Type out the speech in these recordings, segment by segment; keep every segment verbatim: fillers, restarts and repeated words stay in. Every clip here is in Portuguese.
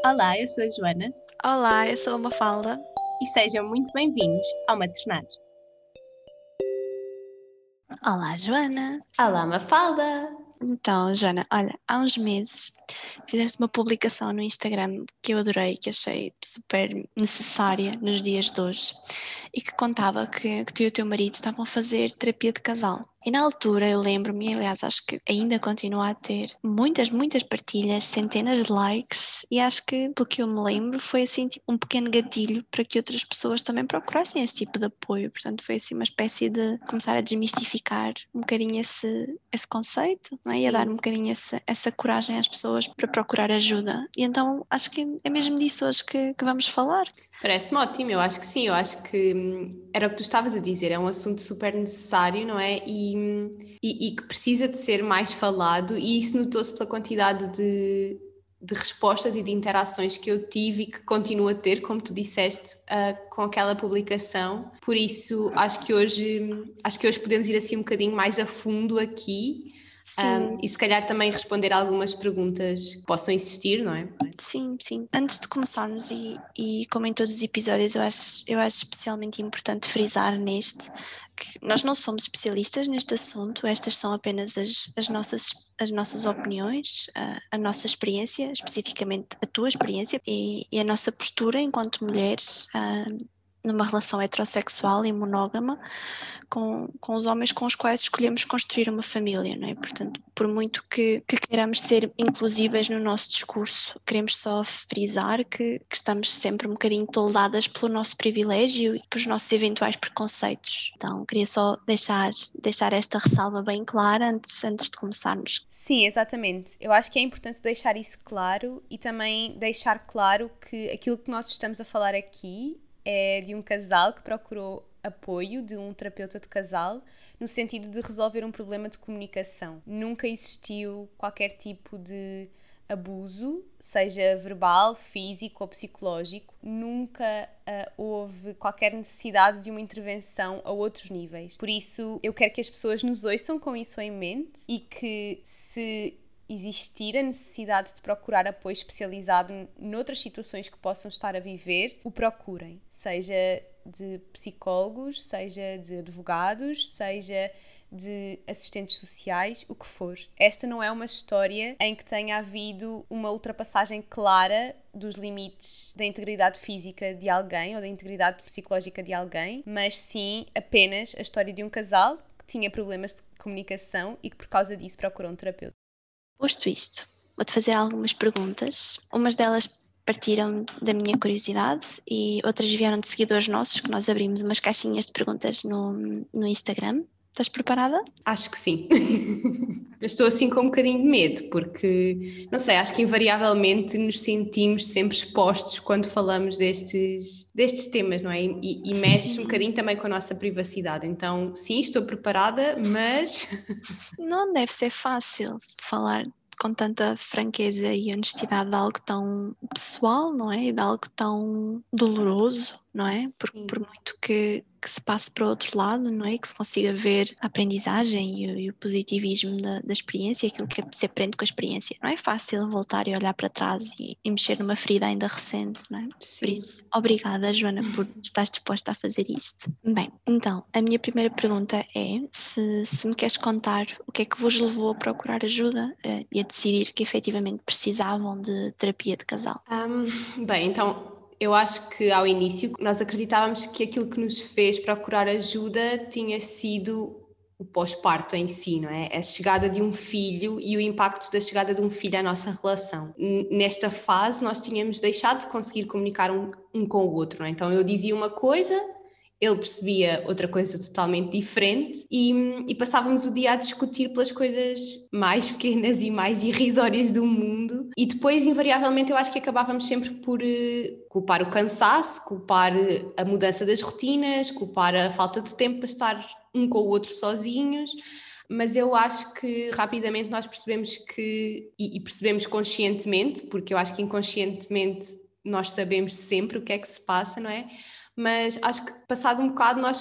Olá, eu sou a Joana Olá, eu sou a Mafalda. e sejam muito bem-vindos ao Maternar. Olá, Joana. Olá, Mafalda! Então, Joana, olha, há uns meses fizeste uma publicação no Instagram que eu adorei, que achei super necessária nos dias de hoje e que contava que, que tu e o teu marido estavam a fazer terapia de casal. E na altura eu lembro-me, e aliás acho que ainda continua a ter muitas, muitas partilhas, centenas de likes, e acho que, pelo que eu me lembro, foi assim tipo, um pequeno gatilho para que outras pessoas também procurassem esse tipo de apoio. Portanto, foi assim uma espécie de começar a desmistificar um bocadinho esse, esse conceito, não é? E a dar um bocadinho essa, essa coragem às pessoas para procurar ajuda. E então acho que é mesmo disso hoje que, que vamos falar. Parece-me ótimo, eu acho que sim, eu acho que hum, era o que tu estavas a dizer, é um assunto super necessário, não é? E, hum, e, e que precisa de ser mais falado, e isso notou-se pela quantidade de, de respostas e de interações que eu tive e que continuo a ter, como tu disseste, uh, com aquela publicação. Por isso, acho que hoje, hum, acho que hoje podemos ir assim um bocadinho mais a fundo aqui. Sim. Um, e se calhar também responder algumas perguntas que possam existir, não é? Sim, sim. Antes de começarmos, e, e como em todos os episódios, eu acho, eu acho especialmente importante frisar neste que nós não somos especialistas neste assunto, estas são apenas as, as, nossas, as nossas opiniões, a, a nossa experiência, especificamente a tua experiência e, e a nossa postura enquanto mulheres ah, numa relação heterossexual e monógama com, com os homens com os quais escolhemos construir uma família, não é? Portanto, por muito que, que queiramos ser inclusíveis no nosso discurso, queremos só frisar que, que estamos sempre um bocadinho toldadas pelo nosso privilégio e pelos nossos eventuais preconceitos. Então, queria só deixar, deixar esta ressalva bem clara antes, antes de começarmos. Sim, exatamente. Eu acho que é importante deixar isso claro e também deixar claro que aquilo que nós estamos a falar aqui é de um casal que procurou apoio de um terapeuta de casal no sentido de resolver um problema de comunicação. Nunca existiu qualquer tipo de abuso, seja verbal, físico ou psicológico. Nunca uh, houve qualquer necessidade de uma intervenção a outros níveis. Por isso, eu quero que as pessoas nos ouçam com isso em mente e que, se existir a necessidade de procurar apoio especializado noutras situações que possam estar a viver, o procurem. Seja de psicólogos, seja de advogados, seja de assistentes sociais, o que for. Esta não é uma história em que tenha havido uma ultrapassagem clara dos limites da integridade física de alguém ou da integridade psicológica de alguém, mas sim apenas a história de um casal que tinha problemas de comunicação e que por causa disso procurou um terapeuta. Posto isto, vou-te fazer algumas perguntas. Umas delas partiram da minha curiosidade e outras vieram de seguidores nossos, que nós abrimos umas caixinhas de perguntas no, no Instagram. Estás preparada? Acho que sim. Eu estou assim com um bocadinho de medo, porque, não sei, acho que invariavelmente nos sentimos sempre expostos quando falamos destes, destes temas, não é? E, e mexe um bocadinho também com a nossa privacidade. Então, sim, estou preparada, mas... Não deve ser fácil falar com tanta franqueza e honestidade de algo tão pessoal, não é? E de algo tão doloroso, não é? Porque por muito que, que se passe para o outro lado, não é? Que se consiga ver a aprendizagem e o, e o positivismo da, da experiência, aquilo que se aprende com a experiência. Não é fácil voltar e olhar para trás e, e mexer numa ferida ainda recente, não é? Sim. Por isso, obrigada, Joana, por estar disposta a fazer isto. Bem, então, a minha primeira pergunta é se, se me queres contar o que é que vos levou a procurar ajuda uh, e a decidir que efetivamente precisavam de terapia de casal. Um, bem, então... Eu acho que ao início nós acreditávamos que aquilo que nos fez procurar ajuda tinha sido o pós-parto em si, não é? A chegada de um filho e o impacto da chegada de um filho à nossa relação. Nesta fase nós tínhamos deixado de conseguir comunicar um, um com o outro, não é? Então eu dizia uma coisa, ele percebia outra coisa totalmente diferente e, e passávamos o dia a discutir pelas coisas mais pequenas e mais irrisórias do mundo e depois, invariavelmente, eu acho que acabávamos sempre por uh, culpar o cansaço, culpar a mudança das rotinas, culpar a falta de tempo para estar um com o outro sozinhos. Mas eu acho que rapidamente nós percebemos que, e, e percebemos conscientemente, porque eu acho que inconscientemente nós sabemos sempre o que é que se passa, não é? Mas acho que passado um bocado nós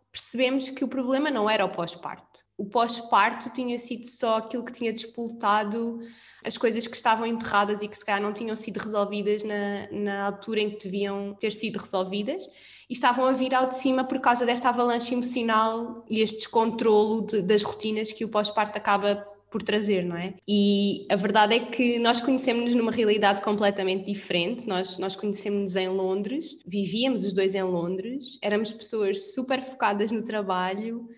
percebemos que o problema não era o pós-parto. O pós-parto tinha sido só aquilo que tinha despoltado as coisas que estavam enterradas e que se calhar não tinham sido resolvidas na, na altura em que deviam ter sido resolvidas e estavam a vir ao de cima por causa desta avalanche emocional e este descontrolo de, das rotinas que o pós-parto acaba por trazer, não é? E a verdade é que nós conhecemos-nos numa realidade completamente diferente. Nós, nós conhecemos-nos em Londres, vivíamos os dois em Londres, éramos pessoas super focadas no trabalho.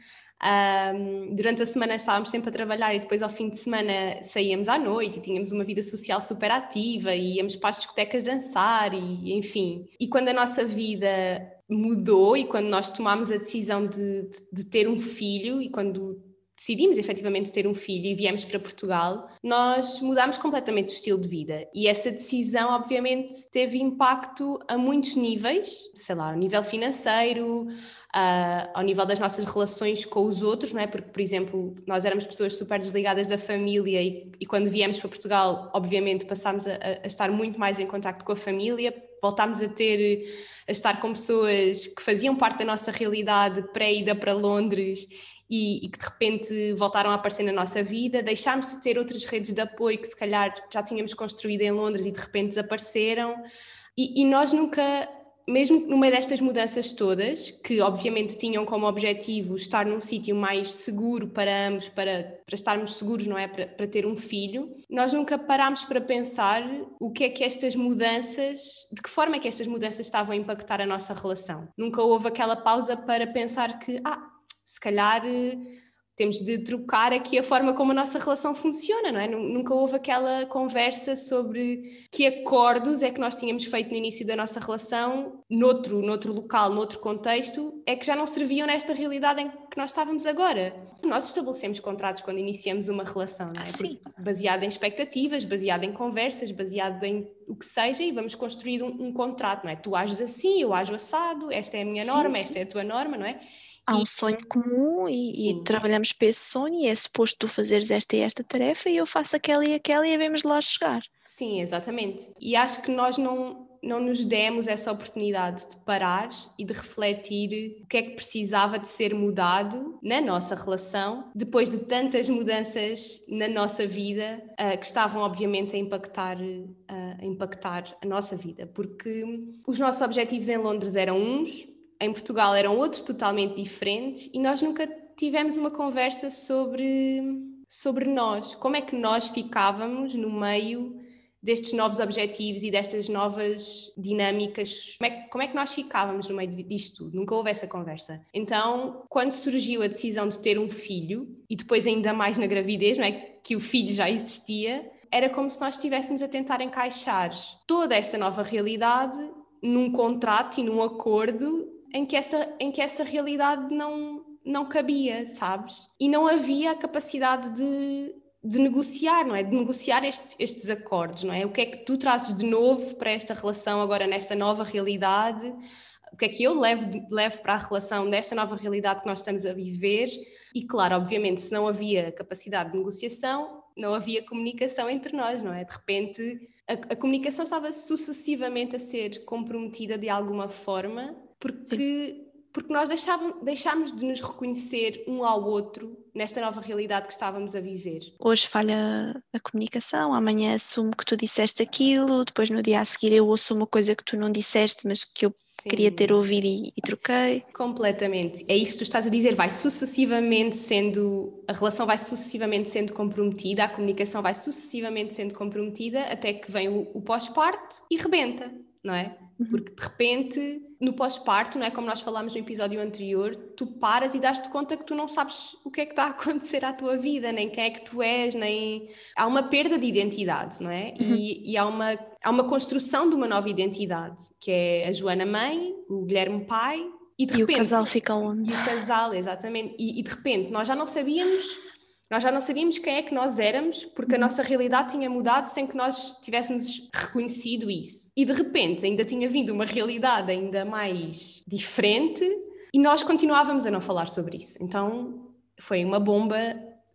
Um, durante a semana estávamos sempre a trabalhar e depois ao fim de semana saíamos à noite e tínhamos uma vida social super ativa e íamos para as discotecas dançar e enfim. E quando a nossa vida mudou e quando nós tomámos a decisão de, de, de ter um filho e quando decidimos efetivamente ter um filho e viemos para Portugal, nós mudámos completamente o estilo de vida. E essa decisão, obviamente, teve impacto a muitos níveis, sei lá, ao nível financeiro, uh, ao nível das nossas relações com os outros, não é? Porque, por exemplo, nós éramos pessoas super desligadas da família e, e quando viemos para Portugal, obviamente, passámos a, a estar muito mais em contacto com a família, voltámos a ter, a estar com pessoas que faziam parte da nossa realidade pré-ida para Londres e, e que de repente voltaram a aparecer na nossa vida, deixámos de ter outras redes de apoio que se calhar já tínhamos construído em Londres e de repente desapareceram e, e nós nunca, mesmo no meio destas mudanças todas, que obviamente tinham como objetivo estar num sítio mais seguro para ambos, para, para estarmos seguros, não é? Para, para ter um filho, nós nunca parámos para pensar o que é que estas mudanças, de que forma é que estas mudanças estavam a impactar a nossa relação. Nunca houve aquela pausa para pensar que, ah, se calhar temos de trocar aqui a forma como a nossa relação funciona, não é? Nunca houve aquela conversa sobre que acordos é que nós tínhamos feito no início da nossa relação, noutro, noutro local, noutro contexto, é que já não serviam nesta realidade em que nós estávamos agora. Nós estabelecemos contratos quando iniciamos uma relação, não é? Sim. Baseado em expectativas, baseado em conversas, baseado em o que seja e vamos construir um, um contrato, não é? Tu ages assim, eu ajo assado, esta é a minha Sim, norma, sim. esta é a tua norma, não é? Há um sonho comum e, e trabalhamos para esse sonho e é suposto tu fazeres esta e esta tarefa e eu faço aquela e aquela e havemos de lá chegar. Sim, exatamente. E acho que nós não, não nos demos essa oportunidade de parar e de refletir o que é que precisava de ser mudado na nossa relação, depois de tantas mudanças na nossa vida uh, que estavam obviamente a impactar, uh, a impactar a nossa vida, porque os nossos objetivos em Londres eram uns, em Portugal eram outros totalmente diferentes e nós nunca tivemos uma conversa sobre, sobre nós. Como é que nós ficávamos no meio destes novos objetivos e destas novas dinâmicas? Como é, como é que nós ficávamos no meio disto tudo? Nunca houve essa conversa. Então, quando surgiu a decisão de ter um filho, e depois ainda mais na gravidez, não é? Que o filho já existia, era como se nós estivéssemos a tentar encaixar toda esta nova realidade num contrato e num acordo em que essa, em que essa realidade não, não cabia, sabes? E não havia a capacidade de, de negociar, não é? De negociar estes, estes acordos, não é? O que é que tu trazes de novo para esta relação agora nesta nova realidade? O que é que eu levo, levo para a relação desta nova realidade que nós estamos a viver? E claro, obviamente, se não havia capacidade de negociação, não havia comunicação entre nós, não é? De repente, a, a comunicação estava sucessivamente a ser comprometida de alguma forma, porque, porque nós deixávamos, deixámos de nos reconhecer um ao outro nesta nova realidade que estávamos a viver. Hoje falha a comunicação, amanhã assumo que tu disseste aquilo, depois no dia a seguir eu ouço uma coisa que tu não disseste, mas que eu Sim. queria ter ouvido e, e troquei. Completamente. É isso que tu estás a dizer, vai sucessivamente sendo, a relação vai sucessivamente sendo comprometida, a comunicação vai sucessivamente sendo comprometida, até que vem o, o pós-parto e rebenta, não é? Porque de repente, no pós-parto, não é, como nós falámos no episódio anterior, tu paras e dás-te conta que tu não sabes o que é que está a acontecer à tua vida, nem quem é que tu és, nem... Há uma perda de identidade, não é? Uhum. E, e há, uma, há uma construção de uma nova identidade, que é a Joana mãe, o Guilherme pai, e de e repente... E o casal fica onde? E o casal, exatamente. E, e de repente, nós já não sabíamos... Nós já não sabíamos quem é que nós éramos, porque a nossa realidade tinha mudado sem que nós tivéssemos reconhecido isso. E de repente ainda tinha vindo uma realidade ainda mais diferente e nós continuávamos a não falar sobre isso. Então foi uma bomba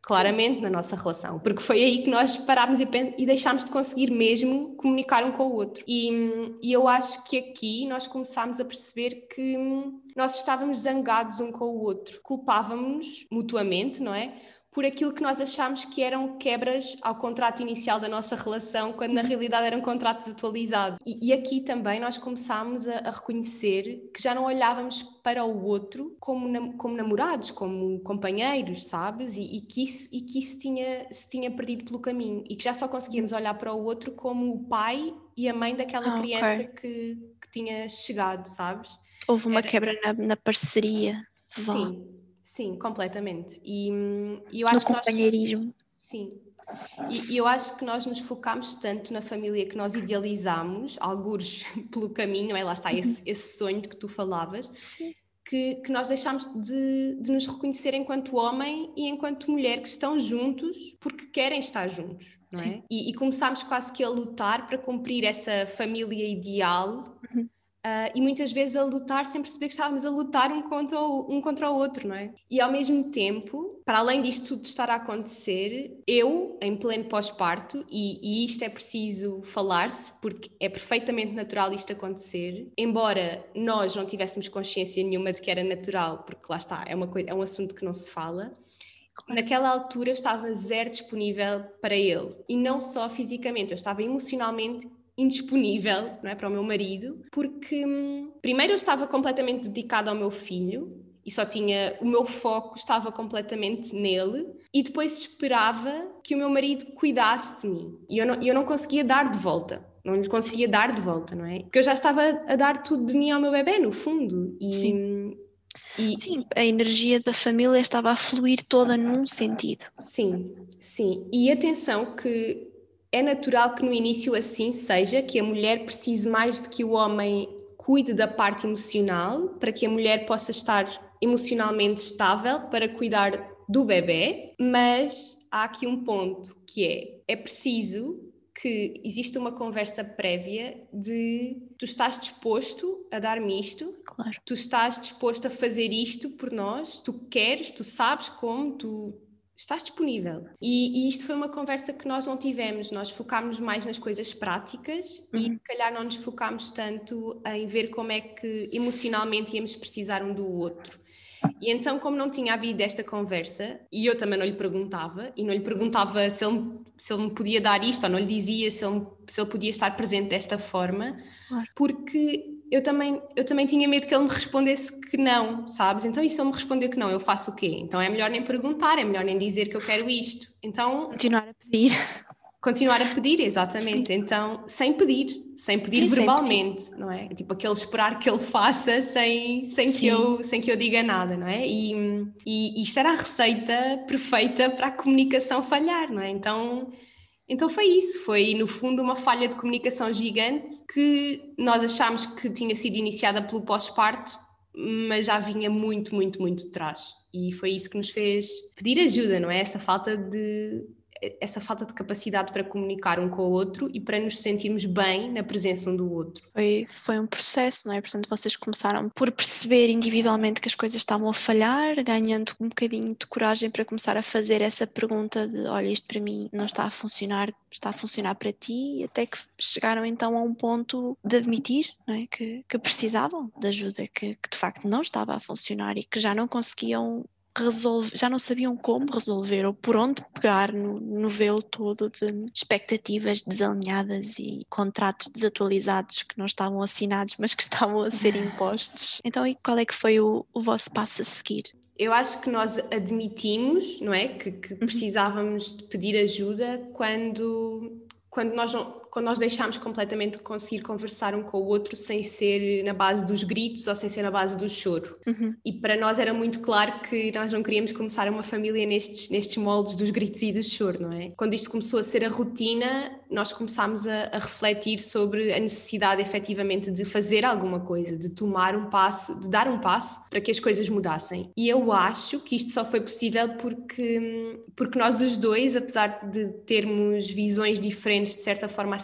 claramente, na nossa relação, porque foi aí que nós parámos e, e deixámos de conseguir mesmo comunicar um com o outro. E, e eu acho que aqui nós começámos a perceber que nós estávamos zangados um com o outro, culpávamos-nos mutuamente, não é? Por aquilo que nós achámos que eram quebras ao contrato inicial da nossa relação, quando na realidade era um contrato desatualizado. E, e aqui também nós começámos a, a reconhecer que já não olhávamos para o outro como, nam- como namorados, como companheiros, sabes? E, e que isso, e que isso tinha, se tinha perdido pelo caminho. E que já só conseguíamos olhar para o outro como o pai e a mãe daquela Ah, criança ok. que, que tinha chegado, sabes? Houve uma Era- quebra na, na parceria, vá, Sim, sim, completamente. E, hum, e eu no acho que nós... companheirismo. Sim. E, e eu acho que nós nos focámos tanto na família que nós idealizámos, algures pelo caminho, não é? Lá está, esse, esse sonho de que tu falavas, Sim. que, que nós deixámos de, de nos reconhecer enquanto homem e enquanto mulher que estão juntos porque querem estar juntos, não é? Sim. E, e começámos quase que a lutar para cumprir essa família ideal. Uhum. Uh, e muitas vezes a lutar sem perceber que estávamos a lutar um contra, o, um contra o outro, não é? E ao mesmo tempo, para além disto tudo estar a acontecer, eu, em pleno pós-parto, e, e isto é preciso falar-se, porque é perfeitamente natural isto acontecer, embora nós não tivéssemos consciência nenhuma de que era natural, porque lá está, é, uma coisa, é um assunto que não se fala. Claro. Naquela altura eu estava zero disponível para ele, e não só fisicamente, eu estava emocionalmente indisponível, não é, para o meu marido, porque hum, primeiro eu estava completamente dedicada ao meu filho e só tinha, o meu foco estava completamente nele, e depois esperava que o meu marido cuidasse de mim, e eu não, eu não conseguia dar de volta. Não lhe conseguia dar de volta, não é? Porque eu já estava a dar tudo de mim ao meu bebê, no fundo. E, Sim. e, Sim, a energia da família estava a fluir toda num sentido. Sim, sim. E atenção que é natural que no início assim seja, que a mulher precise mais do que o homem cuide da parte emocional, para que a mulher possa estar emocionalmente estável para cuidar do bebê, mas há aqui um ponto que é, é preciso que exista uma conversa prévia de tu estás disposto a dar-me isto, Claro. tu estás disposto a fazer isto por nós, tu queres, tu sabes como, tu estás disponível. E, e isto foi uma conversa que nós não tivemos, nós focámos mais nas coisas práticas Uhum. e se calhar não nos focámos tanto em ver como é que emocionalmente íamos precisar um do outro. E então, como não tinha havido esta conversa, e eu também não lhe perguntava, e não lhe perguntava se ele, se ele me podia dar isto, ou não lhe dizia se ele, se ele podia estar presente desta forma, Claro. porque eu também, eu também tinha medo que ele me respondesse que não, sabes? Então, e se ele me responder que não, eu faço o quê? Então é melhor nem perguntar, é melhor nem dizer que eu quero isto. Então... Continuar a pedir. Continuar a pedir, exatamente. Sim. Então, sem pedir, sem pedir Sim, sem verbalmente, não é? Tipo aquele esperar que ele faça sem, sem, que, eu, sem que eu diga nada, não é? E, e isto era a receita perfeita para a comunicação falhar, não é? Então, então foi isso, foi no fundo uma falha de comunicação gigante que nós achámos que tinha sido iniciada pelo pós-parto, mas já vinha muito, muito, muito de trás. E foi isso que nos fez pedir ajuda, não é? Essa falta de... essa falta de capacidade para comunicar um com o outro e para nos sentirmos bem na presença um do outro. Foi, foi um processo, não é? Portanto, vocês começaram por perceber individualmente que as coisas estavam a falhar, ganhando um bocadinho de coragem para começar a fazer essa pergunta de, olha, isto para mim não está a funcionar, está a funcionar para ti, até que chegaram então a um ponto de admitir, não é? que, que precisavam de ajuda, que, que de facto não estava a funcionar e que já não conseguiam resolver, já não sabiam como resolver ou por onde pegar no novelo todo de expectativas desalinhadas e contratos desatualizados que não estavam assinados, mas que estavam a ser impostos. Então, e qual é que foi o, o vosso passo a seguir? Eu acho que nós admitimos, não é, que, que precisávamos de pedir ajuda quando, quando, nós não, quando nós deixámos completamente de conseguir conversar um com o outro sem ser na base dos gritos ou sem ser na base do choro. Uhum. E para nós era muito claro que nós não queríamos começar uma família nestes, nestes moldes dos gritos e do choro, não é? Quando isto começou a ser a rotina, nós começámos a, a refletir sobre a necessidade efetivamente de fazer alguma coisa, de tomar um passo, de dar um passo para que as coisas mudassem. E eu acho que isto só foi possível porque, porque nós os dois, apesar de termos visões diferentes de certa forma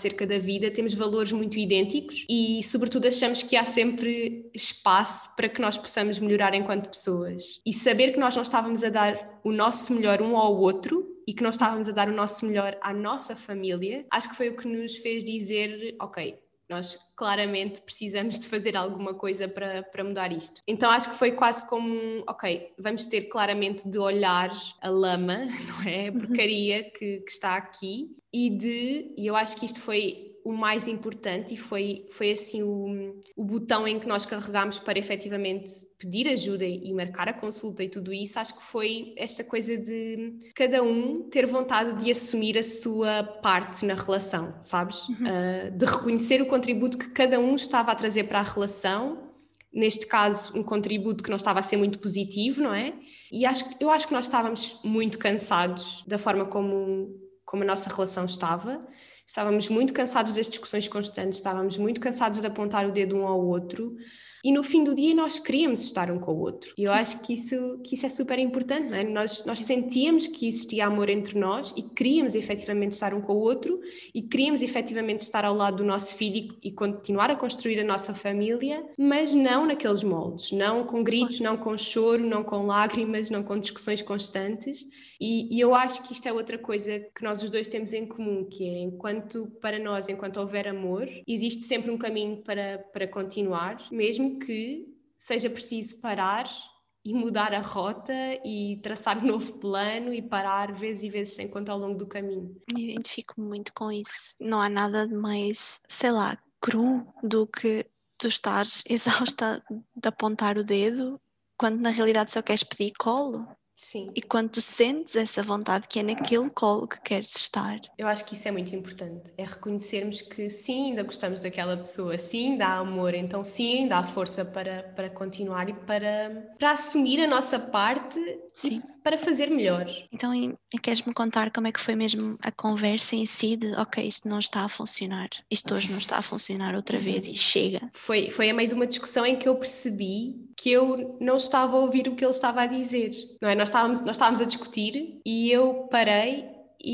acerca da vida, temos valores muito idênticos e, sobretudo, achamos que há sempre espaço para que nós possamos melhorar enquanto pessoas. E saber que nós não estávamos a dar o nosso melhor um ao outro e que não estávamos a dar o nosso melhor à nossa família, acho que foi o que nos fez dizer, ok, nós claramente precisamos de fazer alguma coisa para, para mudar isto. Então acho que foi quase como um, ok, vamos ter claramente de olhar a lama, não é? A porcaria que, que está aqui e de, e eu acho que isto foi o mais importante e foi, foi assim o, o botão em que nós carregámos para efetivamente pedir ajuda e marcar a consulta e tudo isso, acho que foi esta coisa de cada um ter vontade de assumir a sua parte na relação, sabes? Uhum. Uh, de reconhecer o contributo que cada um estava a trazer para a relação, neste caso um contributo que não estava a ser muito positivo, não é? E acho, eu acho que nós estávamos muito cansados da forma como, como a nossa relação estava. Estávamos muito cansados das discussões constantes, estávamos muito cansados de apontar o dedo um ao outro e no fim do dia nós queríamos estar um com o outro. E eu Sim. acho que isso, que isso é super importante, não é? Nós, nós sentíamos que existia amor entre nós e queríamos efetivamente estar um com o outro e queríamos efetivamente estar ao lado do nosso filho e, e continuar a construir a nossa família, mas não naqueles moldes, não com gritos, não com choro, não com lágrimas, não com discussões constantes. E, e eu acho que isto é outra coisa que nós os dois temos em comum, que é enquanto para nós, enquanto houver amor, existe sempre um caminho para, para continuar, mesmo que seja preciso parar e mudar a rota e traçar um novo plano e parar vezes e vezes sem conta ao longo do caminho. Me identifico muito com isso. Não há nada de mais, sei lá, cru do que tu estares exausta de apontar o dedo quando na realidade só queres pedir colo. Sim. E quando tu sentes essa vontade que é naquele colo que queres estar. Eu acho que isso é muito importante, é reconhecermos que sim, ainda gostamos daquela pessoa, sim, ainda há amor, então sim, ainda há força para, para continuar e para, para assumir a nossa parte sim. e para fazer melhor. Então, e, e queres-me contar como é que foi mesmo a conversa em si de, ok, isto não está a funcionar, isto hoje não está a funcionar outra vez e chega? Foi, foi a meio de uma discussão em que eu percebi que eu não estava a ouvir o que ele estava a dizer, não é? Nós estávamos, nós estávamos a discutir e eu parei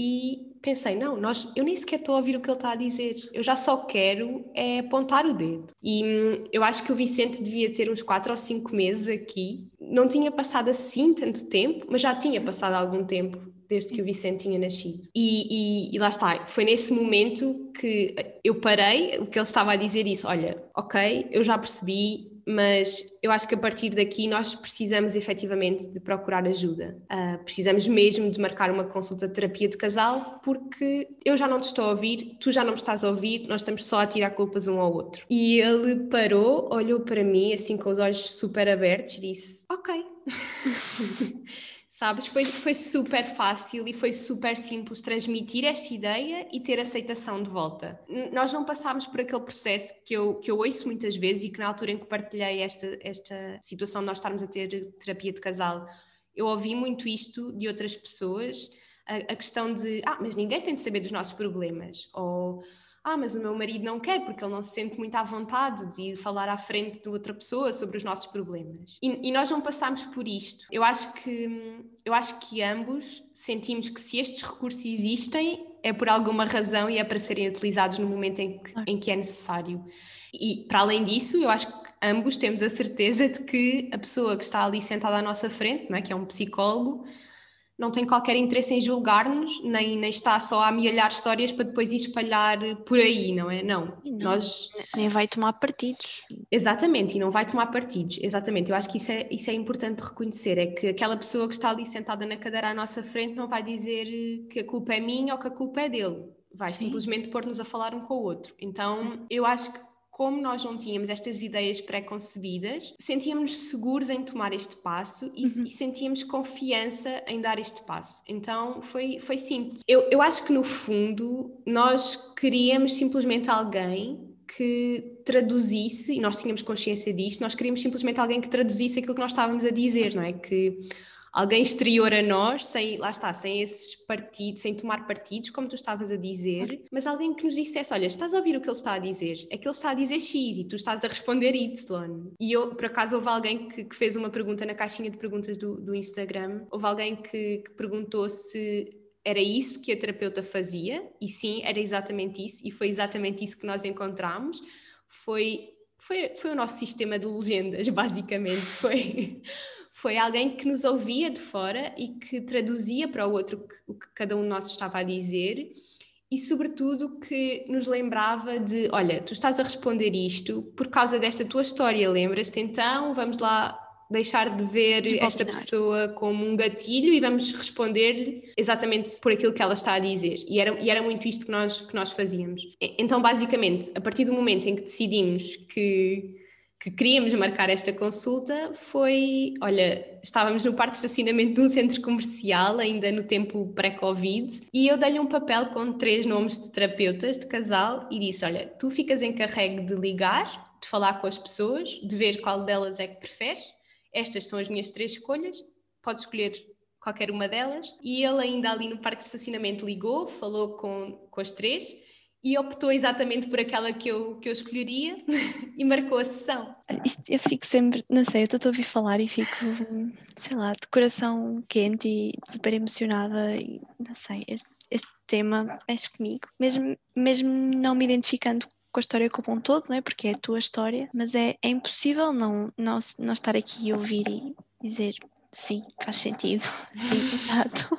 e pensei, não, nós, eu nem sequer estou a ouvir o que ele está a dizer, eu já só quero é apontar o dedo. E hum, eu acho que o Vicente devia ter uns quatro ou cinco meses aqui, não tinha passado assim tanto tempo, mas já tinha passado algum tempo desde que o Vicente tinha nascido. E, e, e lá está, foi nesse momento que eu parei, o que ele estava a dizer isso, olha, ok, eu já percebi, mas eu acho que a partir daqui nós precisamos efetivamente de procurar ajuda. Uh, precisamos mesmo de marcar uma consulta de terapia de casal, porque eu já não te estou a ouvir, tu já não me estás a ouvir, nós estamos só a tirar culpas um ao outro. E ele parou, olhou para mim assim com os olhos super abertos e disse, ok. Sabes, foi, foi super fácil e foi super simples transmitir esta ideia e ter aceitação de volta. Nós não passámos por aquele processo que eu, que eu ouço muitas vezes e que na altura em que partilhei esta, esta situação de nós estarmos a ter terapia de casal, eu ouvi muito isto de outras pessoas, a, a questão de, ah, mas ninguém tem de saber dos nossos problemas, ou... ah, mas o meu marido não quer porque ele não se sente muito à vontade de falar à frente de outra pessoa sobre os nossos problemas. E, e nós não passámos por isto. Eu acho que, eu acho que ambos sentimos que se estes recursos existem é por alguma razão e é para serem utilizados no momento em que, em que é necessário. E para além disso, eu acho que ambos temos a certeza de que a pessoa que está ali sentada à nossa frente, não é, que é um psicólogo, não tem qualquer interesse em julgar-nos, nem, nem está só a amealhar histórias para depois ir espalhar por aí, não é? Não. não nós... Nem vai tomar partidos. Exatamente, e não vai tomar partidos, exatamente. Eu acho que isso é, isso é importante reconhecer, é que aquela pessoa que está ali sentada na cadeira à nossa frente não vai dizer que a culpa é minha ou que a culpa é dele. Vai Sim. simplesmente pôr-nos a falar um com o outro. Então, eu acho que como nós não tínhamos estas ideias pré-concebidas, sentíamos-nos seguros em tomar este passo e, uhum. e sentíamos confiança em dar este passo. Então foi, foi simples. Eu, eu acho que no fundo nós queríamos simplesmente alguém que traduzisse, e nós tínhamos consciência disto, nós queríamos simplesmente alguém que traduzisse aquilo que nós estávamos a dizer, não é? Que alguém exterior a nós, sem, lá está, sem esses partidos, sem tomar partidos, como tu estavas a dizer, mas alguém que nos dissesse, olha, estás a ouvir o que ele está a dizer? É que ele está a dizer X e tu estás a responder Y. E eu, por acaso, houve alguém que, que fez uma pergunta na caixinha de perguntas do, do Instagram, houve alguém que, que perguntou se era isso que a terapeuta fazia, e sim, era exatamente isso, e foi exatamente isso que nós encontramos. Foi, foi, foi o nosso sistema de legendas, basicamente. Foi, foi alguém que nos ouvia de fora e que traduzia para o outro o que cada um de nós estava a dizer, e sobretudo que nos lembrava de, olha, tu estás a responder isto por causa desta tua história, lembras-te? Então vamos lá deixar de ver esta pessoa como um gatilho e vamos responder-lhe exatamente por aquilo que ela está a dizer. E era, e era muito isto que nós, que nós fazíamos. Então, basicamente, a partir do momento em que decidimos que, que queríamos marcar esta consulta, foi, olha, estávamos no parque de estacionamento de um centro comercial, ainda no tempo pré-Covid, e eu dei-lhe um papel com três nomes de terapeutas de casal e disse, olha, tu ficas encarregue de ligar, de falar com as pessoas, de ver qual delas é que preferes. Estas são as minhas três escolhas, podes escolher qualquer uma delas. E ele ainda ali no parque de estacionamento ligou, falou com, com as três e optou exatamente por aquela que eu, que eu escolheria e marcou a sessão. Isto, eu fico sempre, não sei, eu estou a ouvir falar e fico, sei lá, de coração quente e super emocionada e não sei, este, este tema mexe comigo, mesmo, mesmo não me identificando com a história como um todo, não é? Porque é a tua história, mas é, é impossível não, não, não estar aqui e ouvir e dizer sim, faz sentido, sim, exato.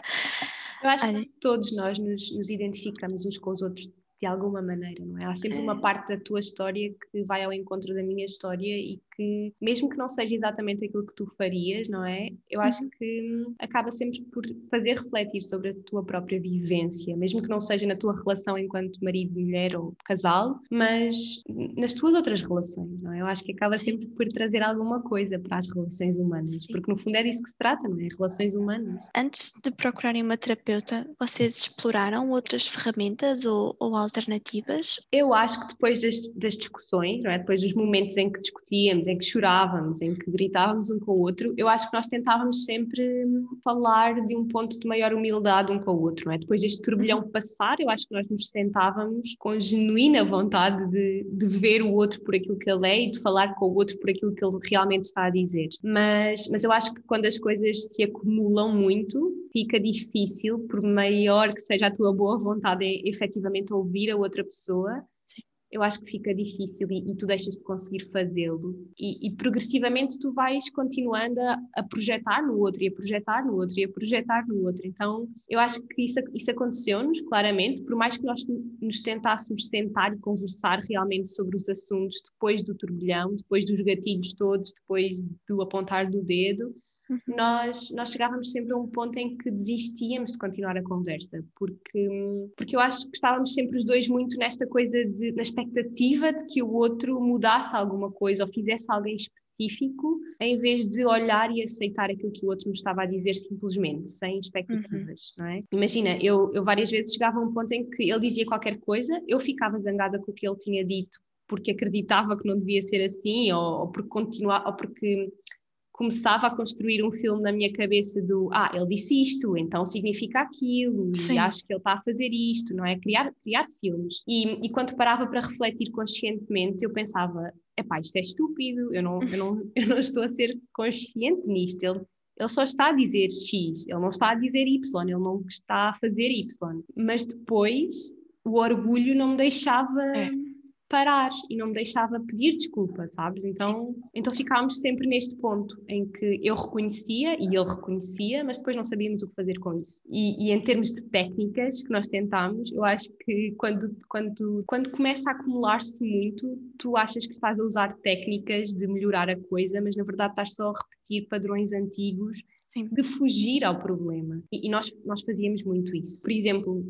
Eu acho Olha, que todos nós nos, nos identificamos uns com os outros de alguma maneira, não é? Há sempre uma parte da tua história que vai ao encontro da minha história e que, mesmo que não seja exatamente aquilo que tu farias, não é? Eu acho uhum. que acaba sempre por fazer refletir sobre a tua própria vivência, mesmo que não seja na tua relação enquanto marido, mulher ou casal, mas nas tuas outras relações, não é? Eu acho que acaba Sim. sempre por trazer alguma coisa para as relações humanas, Sim. porque no fundo é disso que se trata, não é? Relações humanas. Antes de procurarem uma terapeuta, vocês exploraram outras ferramentas ou, ou alternativas? Eu acho que depois das, das discussões, não é? Depois dos momentos em que discutíamos, em que chorávamos, em que gritávamos um com o outro, eu acho que nós tentávamos sempre falar de um ponto de maior humildade um com o outro, não é? Depois deste turbilhão uhum. passar, eu acho que nós nos sentávamos com genuína vontade de, de ver o outro por aquilo que ele é e de falar com o outro por aquilo que ele realmente está a dizer. Mas, mas eu acho que quando as coisas se acumulam muito, fica difícil, por maior que seja a tua boa vontade em efetivamente ouvir a outra pessoa, Sim. eu acho que fica difícil e, e tu deixas de conseguir fazê-lo. E, e progressivamente tu vais continuando a, a projetar no outro, e a projetar no outro, e a projetar no outro. Então eu acho que isso, isso aconteceu-nos, claramente, por mais que nós nos tentássemos sentar e conversar realmente sobre os assuntos depois do turbilhão, depois dos gatilhos todos, depois do apontar do dedo, Uhum. Nós, nós chegávamos sempre a um ponto em que desistíamos de continuar a conversa, porque, porque eu acho que estávamos sempre os dois muito nesta coisa, de, na expectativa de que o outro mudasse alguma coisa ou fizesse algo em específico, em vez de olhar e aceitar aquilo que o outro nos estava a dizer simplesmente, sem expectativas, uhum. não é? Imagina, eu, eu várias vezes chegava a um ponto em que ele dizia qualquer coisa, eu ficava zangada com o que ele tinha dito, porque acreditava que não devia ser assim, ou, ou porque continuava, ou porque começava a construir um filme na minha cabeça do, ah, ele disse isto, então significa aquilo, Sim. e acho que ele está a fazer isto, não é? Criar, criar filmes. E, e quando parava para refletir conscientemente, eu pensava, epá, isto é estúpido, eu não, eu não, eu não estou a ser consciente nisto, ele, ele só está a dizer X, ele não está a dizer Y, ele não está a fazer Y. Mas depois, o orgulho não me deixava... É. parar e não me deixava pedir desculpa, sabes? Então, então ficámos sempre neste ponto em que eu reconhecia e ele reconhecia, mas depois não sabíamos o que fazer com isso. E, e em termos de técnicas que nós tentámos, eu acho que quando, quando, quando começa a acumular-se muito, tu achas que estás a usar técnicas de melhorar a coisa, mas na verdade estás só a repetir padrões antigos Sim. de fugir ao problema. E, e nós, nós fazíamos muito isso. Por exemplo,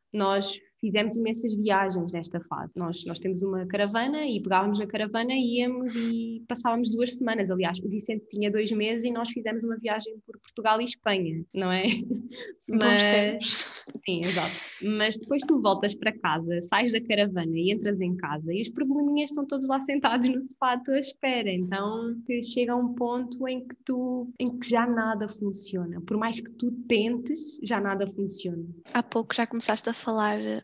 nós fizemos imensas viagens nesta fase. Nós, nós temos uma caravana e pegávamos na caravana e íamos e passávamos duas semanas. Aliás, o Vicente tinha dois meses e nós fizemos uma viagem por Portugal e Espanha, não é? Mas, sim, exato. Mas depois tu voltas para casa, sais da caravana e entras em casa e os probleminhas estão todos lá sentados no sofá à tua espera. Então chega a um ponto em que tu, em que já nada funciona. Por mais que tu tentes, já nada funciona. Há pouco já começaste a falar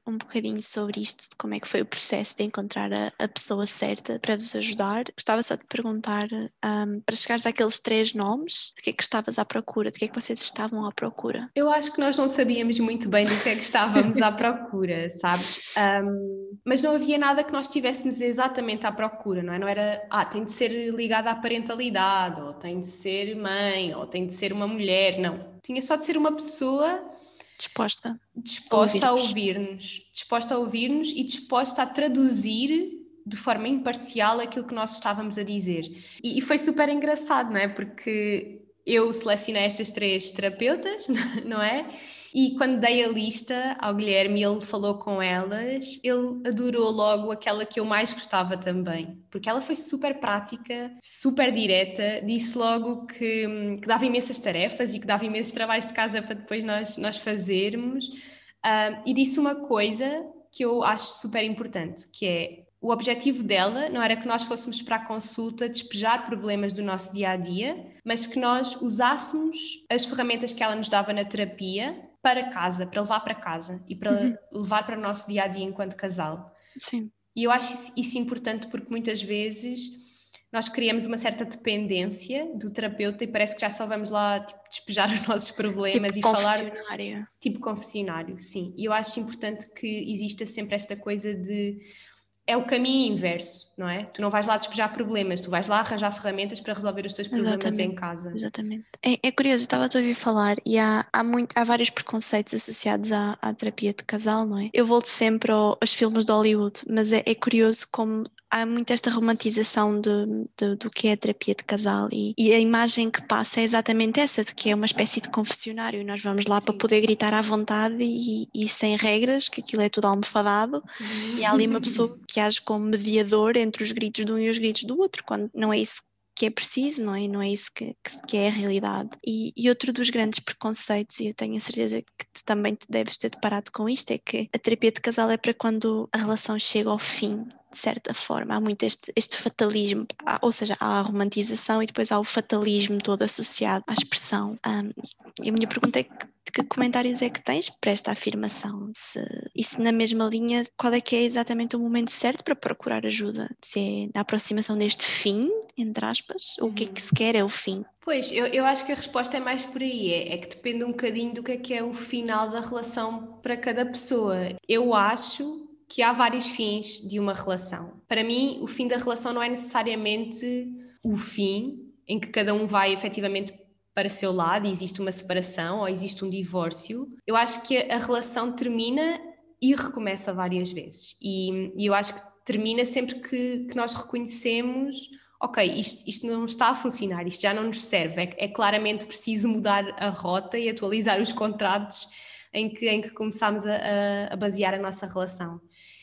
um bocadinho sobre isto, de como é que foi o processo de encontrar a, a pessoa certa para vos ajudar. Gostava só de perguntar, um, para chegares àqueles três nomes, de que é que estavas à procura? De que é que vocês estavam à procura? Eu acho que nós não sabíamos muito bem do que é que estávamos à procura, sabes? Um, mas não havia nada que nós estivéssemos exatamente à procura, não é? Não era, ah, tem de ser ligada à parentalidade, ou tem de ser mãe, ou tem de ser uma mulher, não. Tinha só de ser uma pessoa disposta, disposta a ouvir-nos, disposta a ouvir-nos e disposta a traduzir de forma imparcial aquilo que nós estávamos a dizer. E, e foi super engraçado, não é? Porque eu selecionei estas três terapeutas, não é? E quando dei a lista ao Guilherme, ele falou com elas, ele adorou logo aquela que eu mais gostava também, porque ela foi super prática, super direta, disse logo que, que dava imensas tarefas e que dava imensos trabalhos de casa para depois nós, nós fazermos, uh, e disse uma coisa que eu acho super importante, que é: o objetivo dela não era que nós fôssemos para a consulta despejar problemas do nosso dia-a-dia, mas que nós usássemos as ferramentas que ela nos dava na terapia para casa, para levar para casa e para uhum. levar para o nosso dia-a-dia enquanto casal. Sim. E eu acho isso, isso importante porque muitas vezes nós criamos uma certa dependência do terapeuta e parece que já só vamos lá tipo, despejar os nossos problemas tipo e falar... confessionário. Tipo confessionário, sim. E eu acho importante que exista sempre esta coisa de... É o caminho inverso, não é? Tu não vais lá despejar problemas, tu vais lá arranjar ferramentas para resolver os teus problemas Exatamente, em casa. Exatamente. É, é curioso, eu estava a te ouvir falar e há, há, muito, há vários preconceitos associados à, à terapia de casal, não é? Eu volto sempre ao, aos filmes de Hollywood, mas é, é curioso como há muito esta romantização de, de, do que é a terapia de casal e, e a imagem que passa é exatamente essa, de que é uma espécie de confessionário e nós vamos lá Sim. para poder gritar à vontade e, e sem regras, que aquilo é tudo almofadado uhum. e há ali uma pessoa que age como mediador entre os gritos de um e os gritos do outro, quando não é isso que é preciso, não é? Não é isso que, que, que é a realidade. E, e outro dos grandes preconceitos, e eu tenho a certeza que tu também te deves ter deparado com isto, é que a terapia de casal é para quando a relação chega ao fim, de certa forma. Há muito este, este fatalismo, há, ou seja, há a romantização e depois há o fatalismo todo associado à expressão. Um, e a minha pergunta é que que comentários é que tens para esta afirmação? Se, e se na mesma linha, qual é que é exatamente o momento certo para procurar ajuda? Se é na aproximação deste fim, entre aspas, ou uhum. o que é que se quer é o fim? Pois, eu, eu acho que a resposta é mais por aí, é, é que depende um bocadinho do que é que é o final da relação para cada pessoa. Eu acho que há vários fins de uma relação. Para mim, o fim da relação não é necessariamente o fim, em que cada um vai efetivamente para seu lado, existe uma separação ou existe um divórcio. Eu acho que a relação termina e recomeça várias vezes. E, e eu acho que termina sempre que, que nós reconhecemos, ok, isto, isto não está a funcionar, isto já não nos serve, é, é claramente preciso mudar a rota e atualizar os contratos em que, em que começámos a, a basear a nossa relação.